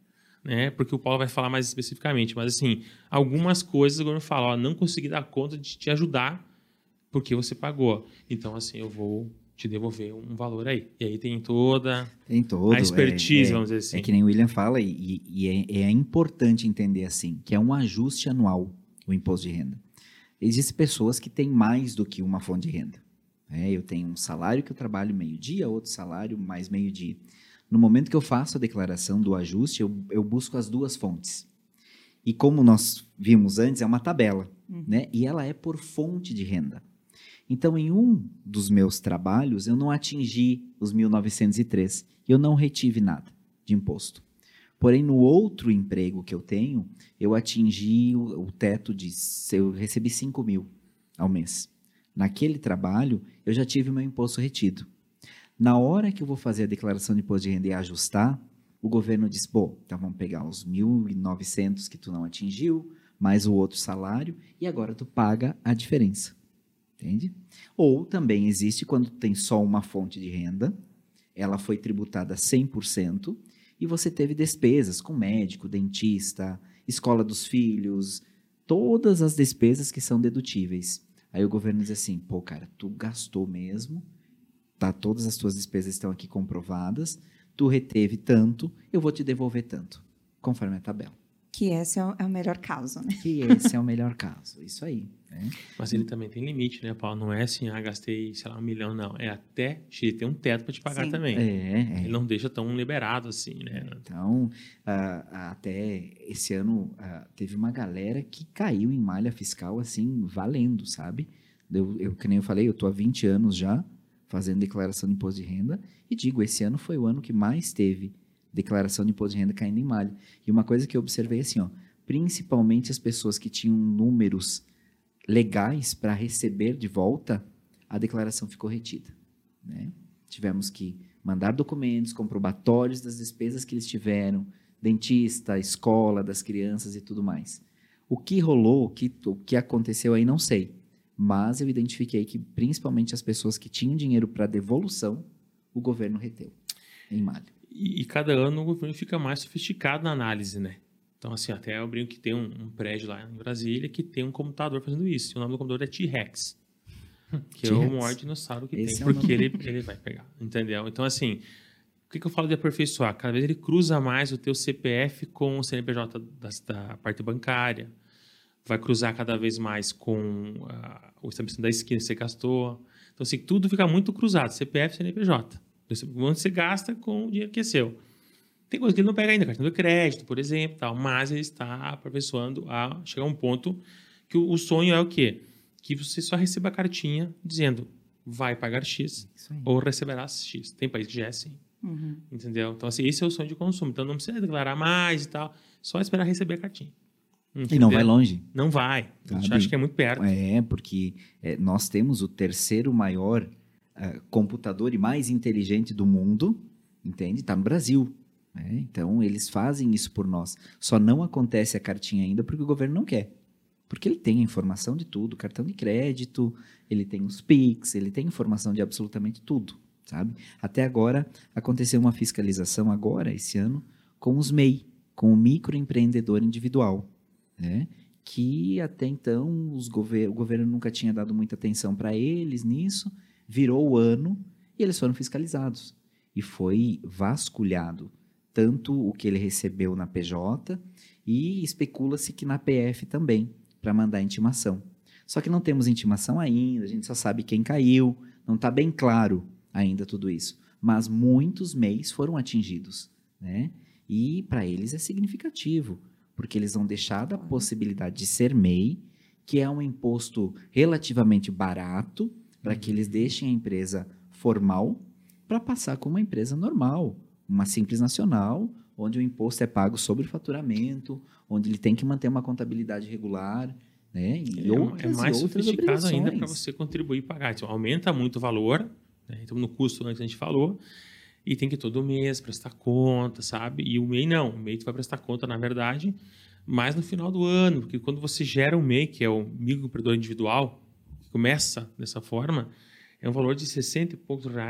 né? Porque o Paulo vai falar mais especificamente, mas assim, algumas coisas o governo fala, ó, não consegui dar conta de te ajudar porque você pagou. Então, assim, eu vou te devolver um valor aí. E aí tem toda tem todo, a expertise, é, é, vamos dizer assim. É que nem o William fala, e, e é, é importante entender assim, que é um ajuste anual o imposto de renda. Existem pessoas que têm mais do que uma fonte de renda. É, eu tenho um salário que eu trabalho meio-dia, outro salário mais meio-dia. No momento que eu faço a declaração do ajuste, eu, eu busco as duas fontes. E como nós vimos antes, é uma tabela, uhum. né? E ela é por fonte de renda. Então, em um dos meus trabalhos, eu não atingi os mil novecentos e três. Eu não retive nada de imposto. Porém, no outro emprego que eu tenho, eu atingi o, o teto de... Eu recebi cinco mil ao mês. Naquele trabalho, eu já tive o meu imposto retido. Na hora que eu vou fazer a declaração de imposto de renda e ajustar, o governo diz, pô, então vamos pegar os mil e novecentos que tu não atingiu, mais o outro salário, e agora tu paga a diferença. Entende? Ou também existe quando tem só uma fonte de renda, ela foi tributada cem por cento, e você teve despesas com médico, dentista, escola dos filhos, todas as despesas que são dedutíveis. Aí o governo diz assim, pô, cara, tu gastou mesmo, tá, todas as tuas despesas estão aqui comprovadas, tu reteve tanto, eu vou te devolver tanto, conforme a tabela. Que esse é o, é o melhor caso, né? Que esse é o melhor caso, isso aí. Né? Mas ele também tem limite, né, Paulo? Não é assim, ah, gastei, sei lá, um milhão, não. É até, ele tem um teto para te pagar Sim. também. É, é. Ele não deixa tão liberado assim, né? Então, uh, até esse ano, uh, teve uma galera que caiu em malha fiscal, assim, valendo, sabe? Eu, eu, que nem eu falei, eu estou há vinte anos já fazendo declaração de imposto de renda e digo, esse ano foi o ano que mais teve declaração de imposto de renda caindo em malha. E uma coisa que eu observei assim, ó, principalmente as pessoas que tinham números legais para receber de volta, a declaração ficou retida. Né? Tivemos que mandar documentos comprobatórios das despesas que eles tiveram, dentista, escola das crianças e tudo mais. O que rolou, o que, o que aconteceu aí, não sei. Mas eu identifiquei que, principalmente as pessoas que tinham dinheiro para devolução, o governo reteu em malha. E, e cada ano o governo fica mais sofisticado na análise, né? Então, assim, até eu brinco que tem um, um prédio lá em Brasília que tem um computador fazendo isso. E o nome do computador é T-Rex, que é o maior dinossauro que Esse tem, é porque ele, ele vai pegar, entendeu? Então, assim, o que, que eu falo de aperfeiçoar? Cada vez ele cruza mais o teu C P F com o C N P J da, da parte bancária, vai cruzar cada vez mais com uh, o estabelecimento da esquina que você gastou. Então, assim, tudo fica muito cruzado, C P F e C N P J. Onde você gasta com o dinheiro que é seu. Tem coisa que ele não pega ainda, cartão de crédito, por exemplo, tal, mas ele está aperfeiçoando a chegar a um ponto que o, o sonho é o quê? Que você só receba a cartinha dizendo vai pagar X ou receberá X. Tem país que já é assim. Uhum. Entendeu? Então, assim, esse é o sonho de consumo. Então, não precisa declarar mais e tal, só esperar receber a cartinha. Entendeu? E não vai longe. Não vai. A gente acha que é muito perto. É, porque é, nós temos o terceiro maior uh, computador e mais inteligente do mundo, entende? Está no Brasil. Né? Então, eles fazem isso por nós. Só não acontece a cartinha ainda porque o governo não quer. Porque ele tem a informação de tudo, cartão de crédito, ele tem os Pix, ele tem informação de absolutamente tudo, sabe? Até agora, aconteceu uma fiscalização agora, esse ano, com os M E I, com o microempreendedor individual, né? Que até então os gover- o governo nunca tinha dado muita atenção para eles nisso, virou o ano e eles foram fiscalizados. E foi vasculhado tanto o que ele recebeu na P J e especula-se que na P F também, para mandar intimação. Só que não temos intimação ainda, a gente só sabe quem caiu, não está bem claro ainda tudo isso. Mas muitos M E Is foram atingidos, né? E para eles é significativo, porque eles vão deixar da possibilidade de ser M E I, que é um imposto relativamente barato, para que eles deixem a empresa formal para passar como uma empresa normal, uma simples nacional, onde o imposto é pago sobre faturamento, onde ele tem que manter uma contabilidade regular, né? E é, outras, é mais e outras sofisticado obrigações. ainda para você contribuir e pagar. Então, aumenta muito o valor, né? Então, no custo, antes a gente falou, e tem que todo mês prestar conta, sabe? E o M E I não, o M E I tu vai prestar conta, na verdade, mais no final do ano, porque quando você gera um M E I, que é o microempreendedor individual, que começa dessa forma, é um valor de sessenta e poucos reais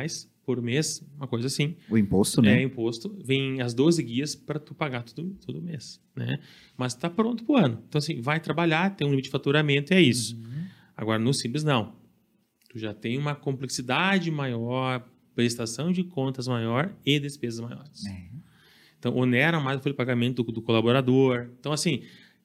por mês, uma coisa assim. O imposto, né? É, imposto. Vem as doze guias para tu pagar todo, todo mês, né? Mas está pronto para o ano. Então, assim, vai trabalhar, tem um limite de faturamento e é isso. Uhum. Agora, no Simples, não. Tu já tem uma complexidade maior, prestação de contas maior e despesas maiores. É. Então, onera mais o folha de pagamento do, do colaborador. Então, assim,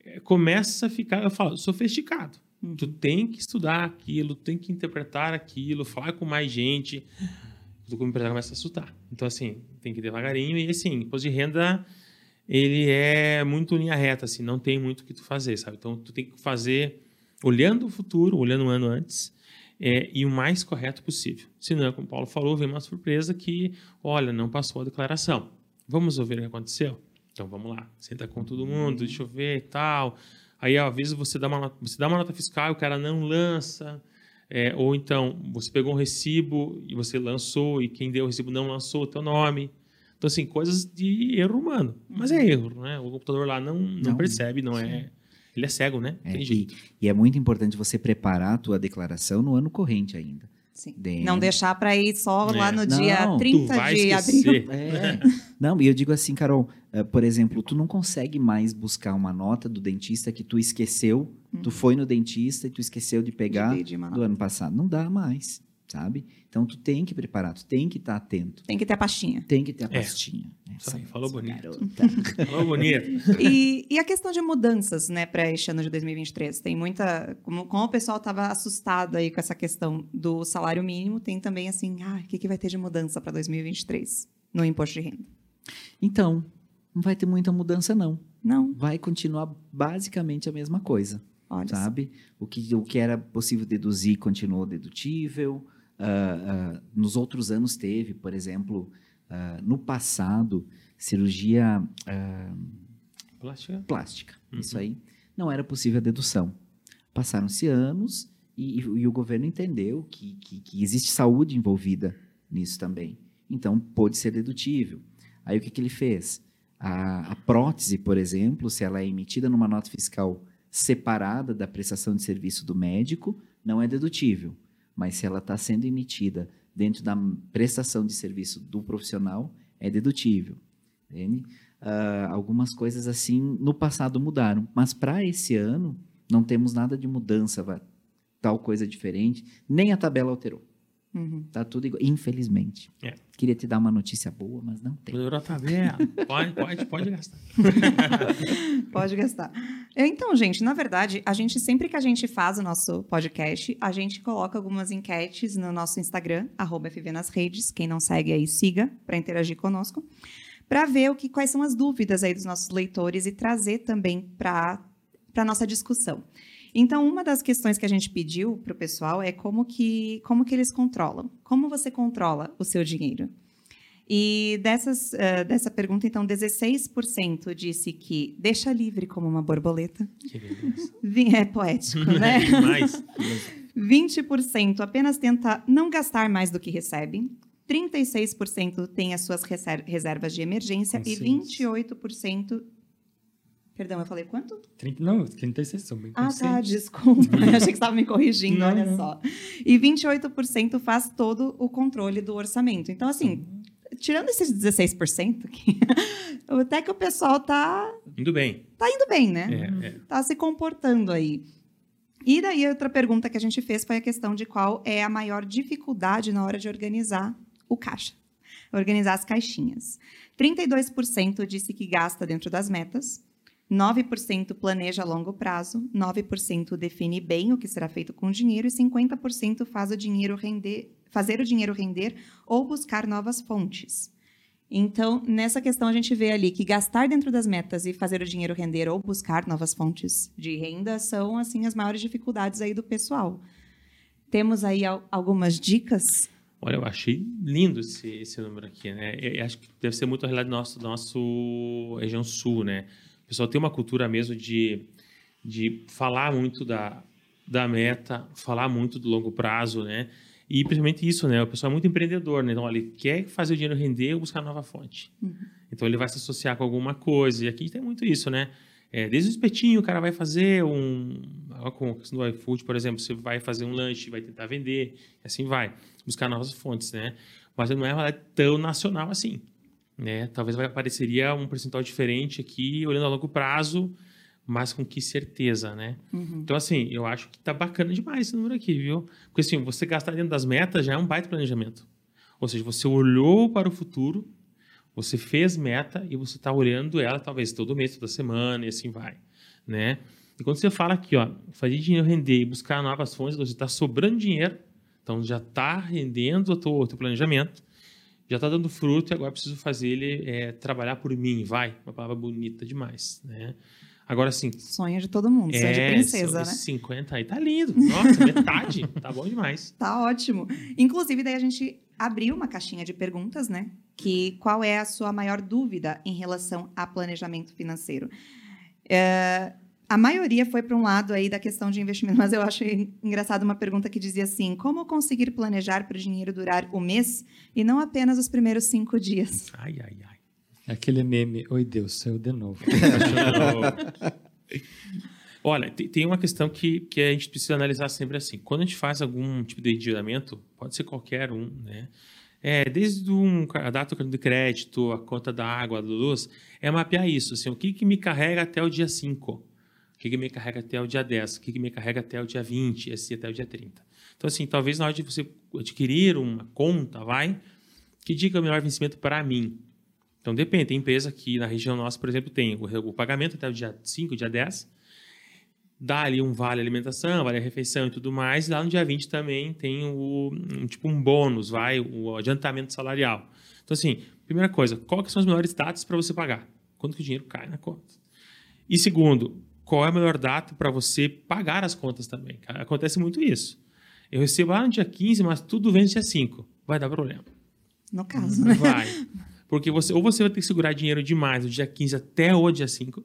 começa a ficar, eu falo, sofisticado. Uhum. Tu tem que estudar aquilo, tem que interpretar aquilo, falar com mais gente. Tu como empresário começa a assustar. Então, assim, tem que ir devagarinho. E, assim, imposto de renda, ele é muito linha reta, assim, não tem muito o que tu fazer, sabe? Então, tu tem que fazer olhando o futuro, olhando um ano antes, é, e o mais correto possível. Senão, como o Paulo falou, vem uma surpresa que, olha, não passou a declaração. Vamos ouvir o que aconteceu? Então, vamos lá. Senta com todo mundo, deixa eu ver e tal. Aí, às vezes, você dá uma nota, você dá uma nota fiscal e o cara não lança. É, ou então, você pegou um recibo e você lançou e quem deu o recibo não lançou o teu nome. Então, assim, coisas de erro humano. Mas é erro, né? O computador lá não, não, não percebe, não sim. é... Ele é cego, né? É, e, e é muito importante você preparar a tua declaração no ano corrente ainda. Sim. De... Não deixar para ir só é. lá no não, dia trinta de abril. É. Não, e eu digo assim, Carol, uh, por exemplo, tu não consegue mais buscar uma nota do dentista que tu esqueceu, hum. tu foi no dentista e tu esqueceu de pegar de do ano passado. Não dá mais, sabe? Então, tu tem que preparar, tu tem que estar atento. Tem que ter a pastinha. Tem que ter a pastinha. É. Essa, aí, falou bonito. Falou bonito. E, e a questão de mudanças, né, para este ano de dois mil e vinte e três? Tem muita... Como, como o pessoal estava assustado aí com essa questão do salário mínimo, tem também assim, ah, o que, que vai ter de mudança para dois mil e vinte e três no imposto de renda? Então, não vai ter muita mudança, não. Não. Vai continuar basicamente a mesma coisa. Olha sabe? O que, o que era possível deduzir continuou dedutível. Uh, uh, nos outros anos teve, por exemplo, uh, no passado, cirurgia uh, plástica. plástica. Uhum. Isso aí não era possível a dedução. Passaram-se anos e, e, e o governo entendeu que, que, que existe saúde envolvida nisso também. Então, pôde ser dedutível. Aí, o que, que ele fez? A, a prótese, por exemplo, se ela é emitida numa nota fiscal separada da prestação de serviço do médico, não é dedutível. Mas se ela está sendo emitida dentro da prestação de serviço do profissional, é dedutível. Entende? Uh, algumas coisas assim no passado mudaram, mas para esse ano não temos nada de mudança, vai, tal coisa diferente, nem a tabela alterou. Uhum. Tá tudo igual, infelizmente. É. Queria te dar uma notícia boa, mas não tem. Melhorou a tabela. Pode, pode, pode gastar. Pode gastar. Então, gente, na verdade, a gente sempre que a gente faz o nosso podcast, a gente coloca algumas enquetes no nosso Instagram, arroba F V nas redes. Quem não segue aí, siga para interagir conosco, para ver o que, quais são as dúvidas aí dos nossos leitores e trazer também para a nossa discussão. Então, uma das questões que a gente pediu para o pessoal é como que, como que eles controlam. Como você controla o seu dinheiro? E dessas, uh, dessa pergunta, então, dezesseis por cento disse que deixa livre como uma borboleta. Que beleza. É poético, né? Demais. vinte por cento apenas tenta não gastar mais do que recebe. trinta e seis por cento tem as suas reservas de emergência. E vinte e oito por cento... Perdão, eu falei quanto? trinta, não, trinta e seis são bem Ah, tá, desculpa. Eu achei que você estava me corrigindo, não, olha não. só. E vinte e oito por cento faz todo o controle do orçamento. Então, assim, tirando esses dezesseis por cento, que, até que o pessoal tá... Indo bem. Tá indo bem, né? É, é. Tá se comportando aí. E daí, outra pergunta que a gente fez foi a questão de qual é a maior dificuldade na hora de organizar o caixa. Organizar as caixinhas. trinta e dois por cento disse que gasta dentro das metas. nove por cento planeja a longo prazo, nove por cento define bem o que será feito com o dinheiro e cinquenta por cento faz o dinheiro render, fazer o dinheiro render ou buscar novas fontes. Então, nessa questão, a gente vê ali que gastar dentro das metas e fazer o dinheiro render ou buscar novas fontes de renda são, assim, as maiores dificuldades aí do pessoal. Temos aí algumas dicas? Olha, eu achei lindo esse, esse número aqui, né? Eu acho que deve ser muito a realidade do nosso, do nosso região sul, né? O pessoal tem uma cultura mesmo de, de falar muito da, da meta, falar muito do longo prazo, né? E principalmente isso, né? O pessoal é muito empreendedor, né? Então, olha, ele quer fazer o dinheiro render ou buscar nova fonte. Uhum. Então, ele vai se associar com alguma coisa. E aqui tem muito isso, né? É, desde o espetinho, o cara vai fazer um... Com o iFood, por exemplo, você vai fazer um lanche, vai tentar vender, e assim vai. Buscar novas fontes, né? Mas não é tão nacional assim, né? Talvez vai apareceria um percentual diferente aqui, olhando a longo prazo, mas com que certeza, né? Uhum. Então, assim, eu acho que tá bacana demais esse número aqui, viu? Porque, assim, você gastar dentro das metas já é um baita planejamento. Ou seja, você olhou para o futuro, você fez meta e você está olhando ela, talvez, todo mês, toda semana, e assim vai, né? E quando você fala aqui, ó, fazer dinheiro render e buscar novas fontes, você está sobrando dinheiro, então já está rendendo o teu, o teu planejamento, já está dando fruto e agora preciso fazer ele é, trabalhar por mim, vai, uma palavra bonita demais, né? Agora sim. Sonho de todo mundo, sonho é, de princesa, né? cinquenta aí, tá lindo. Nossa, metade, tá bom demais. Tá ótimo. Inclusive, daí a gente abriu uma caixinha de perguntas, né? Que qual é a sua maior dúvida em relação a planejamento financeiro? É... A maioria foi para um lado aí da questão de investimento, mas eu acho engraçado uma pergunta que dizia assim: como conseguir planejar para o dinheiro durar o mês e não apenas os primeiros cinco dias? Ai, ai, ai. Aquele meme, oi Deus, saiu de novo. Olha, tem uma questão que, que a gente precisa analisar sempre assim. Quando a gente faz algum tipo de endividamento, pode ser qualquer um, né? É, desde um, a data do cartão de crédito, a conta da água, da luz, é mapear isso. Assim, o que, que me carrega até o dia cinco? O que, que me carrega até o dia dez? O que, que me carrega até o dia vinte? Assim, até o dia trinta? Então, assim, talvez na hora de você adquirir uma conta, vai, que diga é o melhor vencimento para mim? Então, depende. Tem empresa que na região nossa, por exemplo, tem o, o pagamento até o dia cinco, dia dez, dá ali um vale alimentação, vale refeição e tudo mais, e lá no dia vinte também tem o, um, tipo um bônus, vai, o adiantamento salarial. Então, assim, primeira coisa, qual que são as melhores datas para você pagar? Quando que o dinheiro cai na conta? E segundo, qual é a melhor data para você pagar as contas também? Acontece muito isso. Eu recebo lá no dia quinze, mas tudo vem no dia cinco. Vai dar problema. No caso, né? Vai. Porque você, ou você vai ter que segurar dinheiro demais do dia quinze até o dia cinco,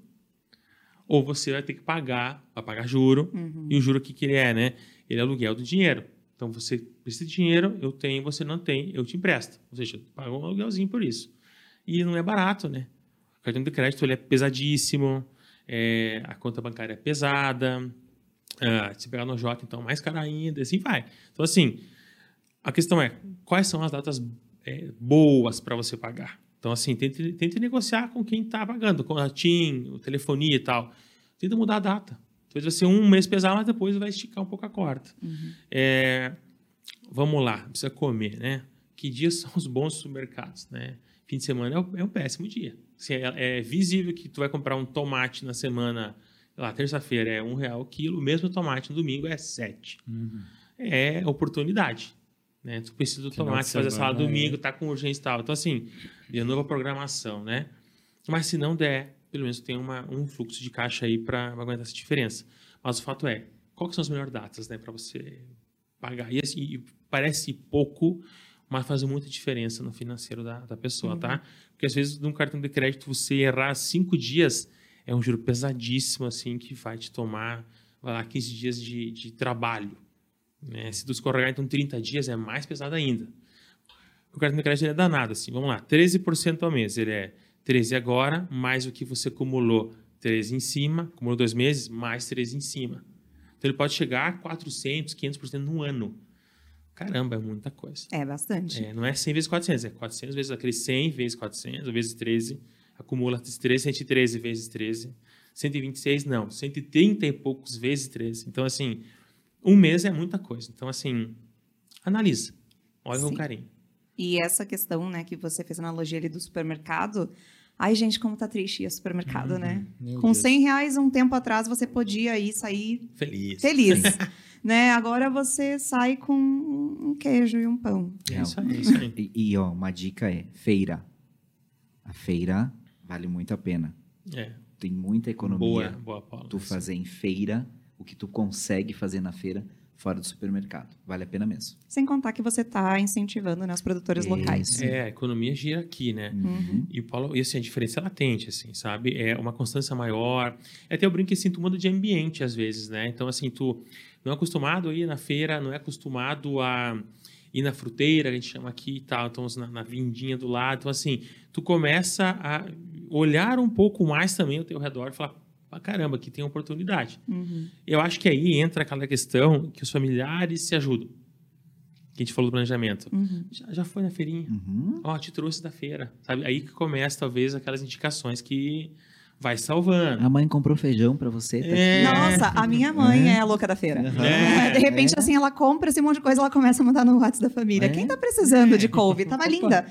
ou você vai ter que pagar, vai pagar juro, uhum. E o juro aqui que ele é, né? Ele é aluguel do dinheiro. Então, você precisa de dinheiro, eu tenho, você não tem, eu te empresto. Ou seja, eu pago um aluguelzinho por isso. E não é barato, né? O cartão de crédito ele é pesadíssimo, é, a conta bancária é pesada, ah, se pegar no J, então mais caro ainda, assim vai. Então, assim, a questão é, quais são as datas é, boas para você pagar? Então, assim, tente, tente negociar com quem está pagando, com a TIM, telefonia e tal. Tenta mudar a data. Talvez vai ser um mês pesado, mas depois vai esticar um pouco a corda. Uhum. É, vamos lá, precisa comer, né? Que dias são os bons supermercados, né? Fim de semana é, o, é um péssimo dia. Assim, é, é visível que tu vai comprar um tomate na semana, lá, terça-feira é um real o quilo, o mesmo tomate no domingo é sete. Uhum. É oportunidade. Né? Tu precisa do Final tomate, fazer a salada domingo, é. Tá com urgência e tal. Então, assim, de novo a programação, né? Mas se não der, pelo menos tem uma, um fluxo de caixa aí para aguentar essa diferença. Mas o fato é, quais são as melhores datas, né, para você pagar? E, assim, e parece pouco, mas faz muita diferença no financeiro da, da pessoa, uhum. Tá? Porque, às vezes, num cartão de crédito, você errar cinco dias é um juro pesadíssimo, assim, que vai te tomar, vai lá, quinze dias de, de trabalho. Né? Se tu escorregar, então, trinta dias é mais pesado ainda. O cartão de crédito ele é danado, assim. Vamos lá, treze por cento ao mês. Ele é treze agora, mais o que você acumulou treze em cima, acumulou dois meses, mais treze em cima. Então, ele pode chegar a quatrocentos, quinhentos por cento num ano. Caramba, é muita coisa. É bastante. É, não é cem vezes quatrocentos, é quatrocentos vezes aquele cem vezes quatrocentos, vezes treze, acumula treze, cento e treze vezes treze, cento e vinte e seis, não, cento e trinta e poucos vezes treze. Então, assim, um mês é muita coisa. Então, assim, analisa, olha com carinho. E essa questão, né, que você fez a analogia ali do supermercado, ai, gente, como tá triste o supermercado, uhum, né? Com Deus. cem reais um tempo atrás você podia ir sair feliz. Feliz. Né? Agora você sai com um queijo e um pão. É isso aí. É isso aí. E, e ó, uma dica é feira. A feira vale muito a pena. É. Tem muita economia. Boa, boa, Paula. Tu fazer em feira o que tu consegue fazer na feira fora do supermercado. Vale a pena mesmo. Sem contar que você está incentivando, né, os produtores Isso. locais. É, a economia gira aqui, né? Uhum. E, Paulo, e assim, a diferença é latente, assim, sabe? É uma constância maior. É até eu brinco assim, tu muda de ambiente às vezes, né? Então, assim, tu não é acostumado a ir na feira, não é acostumado a ir na fruteira, a gente chama aqui e tal, então na, na vindinha do lado. Então, assim, tu começa a olhar um pouco mais também ao teu redor e falar, pra caramba, aqui tem oportunidade. Uhum. Eu acho que aí entra aquela questão que os familiares se ajudam. Que a gente falou do planejamento. Uhum. Já, já foi na feirinha? Uhum. Ó, te trouxe da feira. Sabe? Aí que começa, talvez, aquelas indicações que vai salvando. A mãe comprou feijão para você. Tá É. aqui. Nossa, a minha mãe é, é a louca da feira. Uhum. É. De repente, É. assim, ela compra esse monte de coisa, ela começa a mandar no WhatsApp da família. É. Quem tá precisando de couve? Tava linda.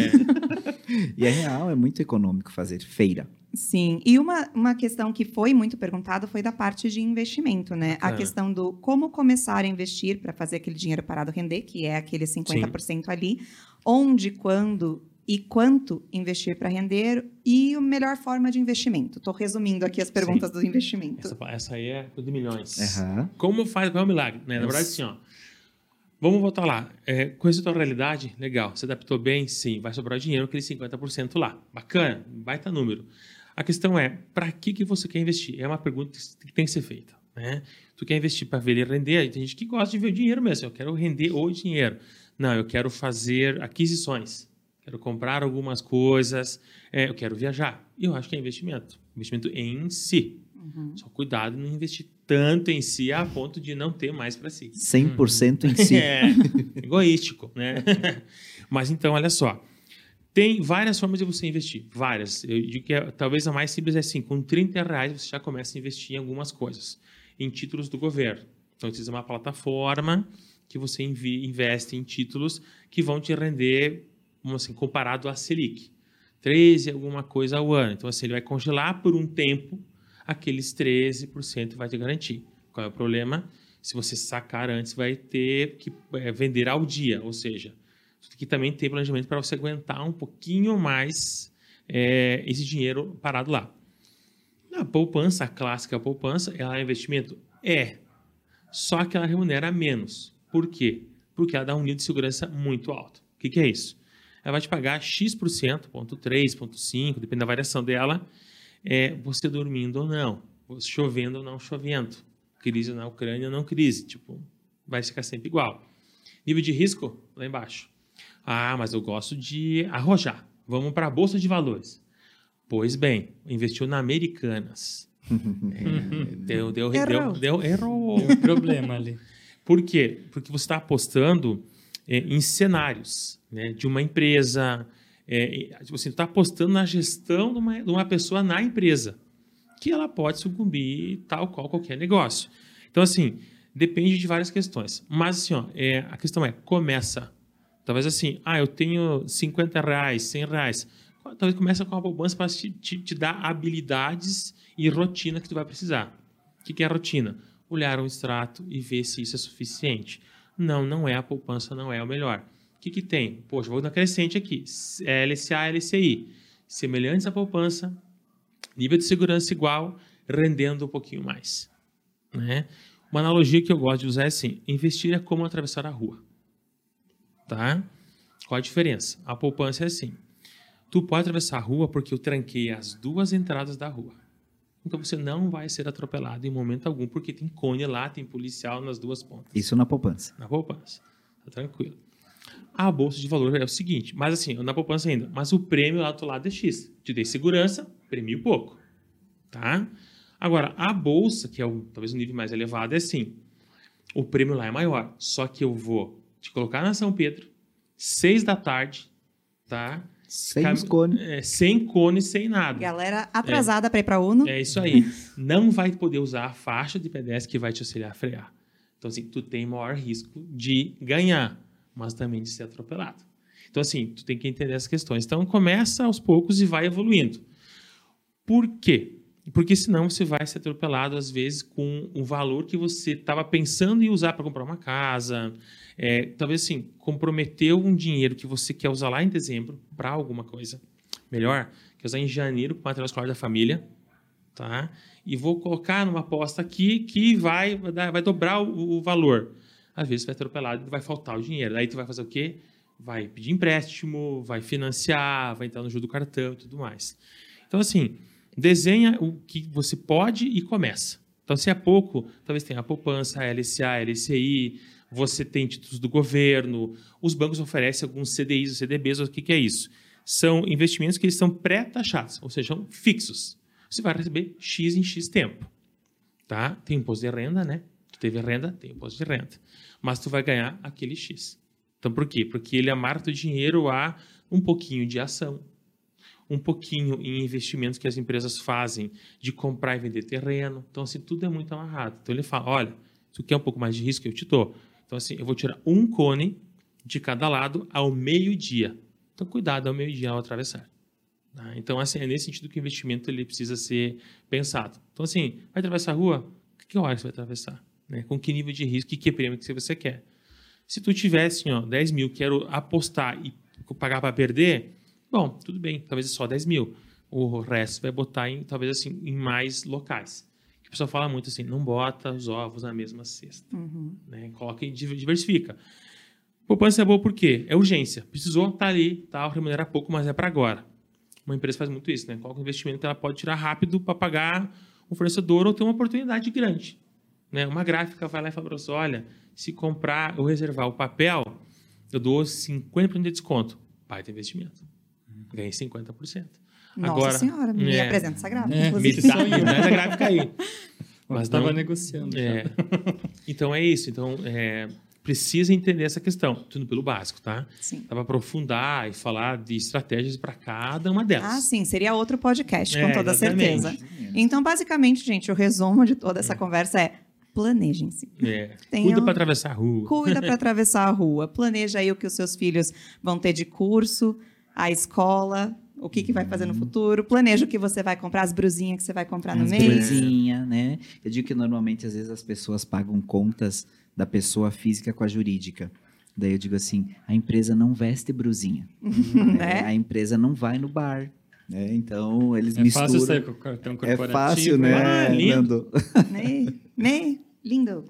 É. E é real, é muito econômico fazer feira. Sim, e uma, uma questão que foi muito perguntada foi da parte de investimento, né? A Bacana. questão do como começar a investir para fazer aquele dinheiro parado render, que é aquele cinquenta por cento ali, onde, quando e quanto investir para render e a melhor forma de investimento. Estou resumindo aqui as perguntas Sim. do investimento. Essa, essa aí é de milhões. Aham. Como faz? Qual é o milagre? Né? Na verdade, assim, ó. Vamos voltar lá. É, conhece a tua realidade? Legal. Você adaptou bem? Sim. Vai sobrar dinheiro, aquele cinquenta por cento lá. Bacana. Baita número. A questão é, para que, que você quer investir? É uma pergunta que tem que ser feita. Né? Tu quer investir para ver ele render? Aí tem gente que gosta de ver o dinheiro mesmo. Eu quero render o dinheiro. Não, eu quero fazer aquisições. Quero comprar algumas coisas. É, eu quero viajar. E eu acho que é investimento. Investimento em si. Uhum. Só cuidado em não investir tanto em si a ponto de não ter mais para si. cem por cento em si. É, egoístico, né? Mas então, olha só. Tem várias formas de você investir. Várias. Eu digo que é, talvez a mais simples é assim, com trinta reais você já começa a investir em algumas coisas. Em títulos do governo. Então, precisa de uma plataforma que você envie, investe em títulos que vão te render, assim, comparado à Selic. treze alguma coisa ao ano. Então, assim, ele vai congelar por um tempo aqueles treze por cento vai te garantir. Qual é o problema? Se você sacar antes, vai ter que é, vender ao dia, ou seja, você tem que também ter planejamento para você aguentar um pouquinho mais é, esse dinheiro parado lá. A poupança, a clássica poupança, ela é investimento? É. Só que ela remunera menos. Por quê? Porque ela dá um nível de segurança muito alto. O que, que é isso? Ela vai te pagar X%, ponto três, ponto cinco, depende da variação dela, é, você dormindo ou não, chovendo ou não chovendo, crise na Ucrânia ou não crise, tipo, vai ficar sempre igual. Nível de risco, lá embaixo. Ah, mas eu gosto de arrojar. Vamos para a Bolsa de Valores. Pois bem, investiu na Americanas. É, deu, deu, Errou. deu, deu, errou. Tem um problema ali. Por quê? Porque você está apostando é, em cenários, né, de uma empresa. É, tipo assim, você está apostando na gestão de uma, de uma pessoa na empresa, que ela pode sucumbir tal qual qualquer negócio. Então, assim, depende de várias questões. Mas, assim, ó, é, a questão é, começa. Talvez assim, ah, eu tenho cinquenta reais, cem reais. Talvez começa com uma poupança para te, te, te dar habilidades e rotina que tu vai precisar. O que, que é a rotina? Olhar um extrato e ver se isso é suficiente. Não, não é a poupança, não é o melhor. O que, que tem? Poxa, vou na crescente aqui. L C A, L C I. Semelhantes à poupança, nível de segurança igual, rendendo um pouquinho mais. Né? Uma analogia que eu gosto de usar é assim, investir é como atravessar a rua. Tá? Qual a diferença? A poupança é assim. Tu pode atravessar a rua porque eu tranquei as duas entradas da rua. Então você não vai ser atropelado em momento algum, porque tem cone lá, tem policial nas duas pontas. Isso na poupança. Na poupança. Tá tranquilo. A bolsa de valor é o seguinte, mas assim, na poupança ainda, mas o prêmio lá do outro lado é X. Te dei segurança, prêmio pouco. Tá? Agora, a bolsa, que é o, talvez um nível mais elevado, é assim. O prêmio lá é maior, só que eu vou te colocar na São Pedro, seis da tarde, tá? Sem Cam... os cones. É, sem cone, sem nada. Galera atrasada para ir para a UNO. É isso aí. Não vai poder usar a faixa de pedestre que vai te auxiliar a frear. Então, assim, tu tem maior risco de ganhar, mas também de ser atropelado. Então, assim, tu tem que entender essas questões. Então, começa aos poucos e vai evoluindo. Por quê? Porque senão você vai ser atropelado, às vezes, com um valor que você estava pensando em usar para comprar uma casa. É, talvez, assim, comprometeu um dinheiro que você quer usar lá em dezembro para alguma coisa. Melhor, quer usar em janeiro para o material escolar da família. Tá? E vou colocar numa aposta aqui que vai, vai, dar, vai dobrar o, o valor. Às vezes, você vai ser atropelado e vai faltar o dinheiro. Aí tu vai fazer o quê? Vai pedir empréstimo, vai financiar, vai entrar no juro do cartão e tudo mais. Então, assim... Desenha o que você pode e começa. Então, se é pouco, talvez tenha a poupança, a L C A, a L C I, você tem títulos do governo, os bancos oferecem alguns C D Is ou C D Bs, o que, que é isso? São investimentos que eles são pré-taxados, ou seja, são fixos. você vai receber X em X tempo. Tá? Tem imposto de renda, né? Tu teve renda, tem imposto de renda. Mas tu vai ganhar aquele X. Então, por quê? Porque ele amarra o dinheiro a um pouquinho de ação, um pouquinho em investimentos que as empresas fazem de comprar e vender terreno. Então, assim, tudo é muito amarrado. Então, ele fala, olha, se tu quer um pouco mais de risco, eu te dou. Então, assim, eu vou tirar um cone de cada lado ao meio-dia. Então, cuidado ao meio-dia ao atravessar. Tá? Então, assim, é nesse sentido que o investimento ele precisa ser pensado. Então, assim, vai atravessar a rua? Que hora você vai atravessar? Né? Com que nível de risco, que, que prêmio que você quer? Se tu tivesse assim, ó, dez mil, quero apostar e pagar para perder, bom, tudo bem, talvez é só dez mil. O resto vai botar, em, talvez, assim, em mais locais. O pessoal fala muito assim, não bota os ovos na mesma cesta. Uhum. Né? Coloca e diversifica. Poupança é boa por quê? É urgência. Precisou, tá ali, tá, remunera pouco, mas é para agora. Uma empresa faz muito isso, né? Coloca um investimento que ela pode tirar rápido para pagar um fornecedor ou ter uma oportunidade grande. Né? Uma gráfica vai lá e fala para você, olha, se comprar ou reservar o papel, eu dou cinquenta por cento de desconto. Vai ter investimento. Ganhei cinquenta por cento. Nossa Agora, senhora, me é, apresenta essa gráfica. É, inclusive. me dá, me dá essa gráfica aí. Mas estava negociando. É, então é isso. Então, é, precisa entender essa questão. Tudo pelo básico, tá? Sim. Dá para aprofundar e falar de estratégias para cada uma delas. Ah, sim, seria outro podcast, com É, toda exatamente. certeza. Então, basicamente, gente, o resumo de toda essa conversa é planejem-se. É. Tenham- Cuida para atravessar a rua. Cuida para atravessar a rua. Planeja aí o que os seus filhos vão ter de curso, a escola, o que, que vai fazer no futuro. Planeja o que você vai comprar, as brusinhas que você vai comprar no As mês. brusinhas, né? Eu digo que normalmente, às vezes, as pessoas pagam contas da pessoa física com a jurídica. Daí eu digo assim, a empresa não veste brusinha. Né? A empresa não vai no bar. Né? Então, eles É misturam. fácil sair com o cartão É corporativo. fácil, né, Ah, lindo. Nando? Né? Né? Lindo.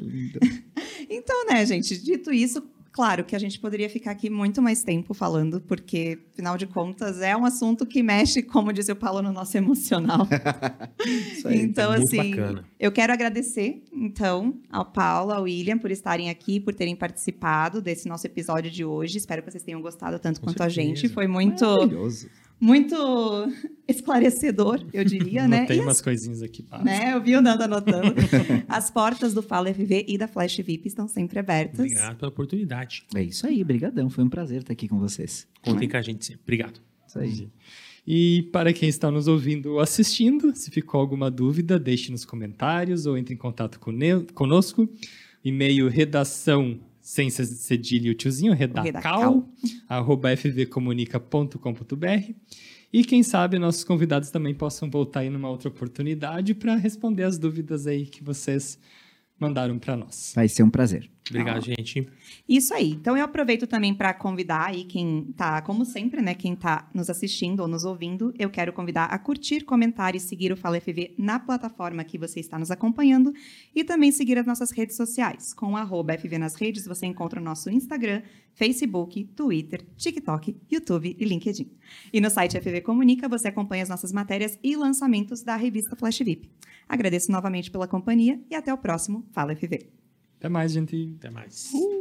Então, né, gente, dito isso, claro que a gente poderia ficar aqui muito mais tempo falando, porque, afinal de contas, é um assunto que mexe, como disse o Paulo, no nosso emocional. Isso aí. Então, é muito assim, bacana. eu quero agradecer, então, ao Paulo, ao William, por estarem aqui, por terem participado desse nosso episódio de hoje. Espero que vocês tenham gostado tanto Com quanto a certeza. gente. Foi muito, Maravilhoso. muito esclarecedor, eu diria, né? Tem E umas coisinhas aqui. Pá. né? Eu vi o Nando anotando. As portas do Fala F V e da Flash V I P estão sempre abertas. Obrigado pela oportunidade. É isso aí, brigadão. Foi um prazer estar aqui com vocês. Contem com a gente sempre. Obrigado. Isso aí. E para quem está nos ouvindo ou assistindo, se ficou alguma dúvida, deixe nos comentários ou entre em contato cone- conosco. E-mail redação, sem cedilha e o tiozinho, redacal, redacal. arroba f v comunica ponto com ponto b r. E quem sabe nossos convidados também possam voltar aí numa outra oportunidade para responder as dúvidas aí que vocês mandaram para nós. Vai ser um prazer. Obrigado, Ah. gente. Isso aí. Então eu aproveito também para convidar aí quem tá, como sempre, né, quem tá nos assistindo ou nos ouvindo, eu quero convidar a curtir, comentar e seguir o Fala F V na plataforma que você está nos acompanhando e também seguir as nossas redes sociais. Com o arroba F V nas redes, você encontra o nosso Instagram, Facebook, Twitter, TikTok, YouTube e LinkedIn. E no site F V Comunica, você acompanha as nossas matérias e lançamentos da revista Flash V I P. Agradeço novamente pela companhia e até o próximo Fala F V. Até mais, gente. Até mais. Uh!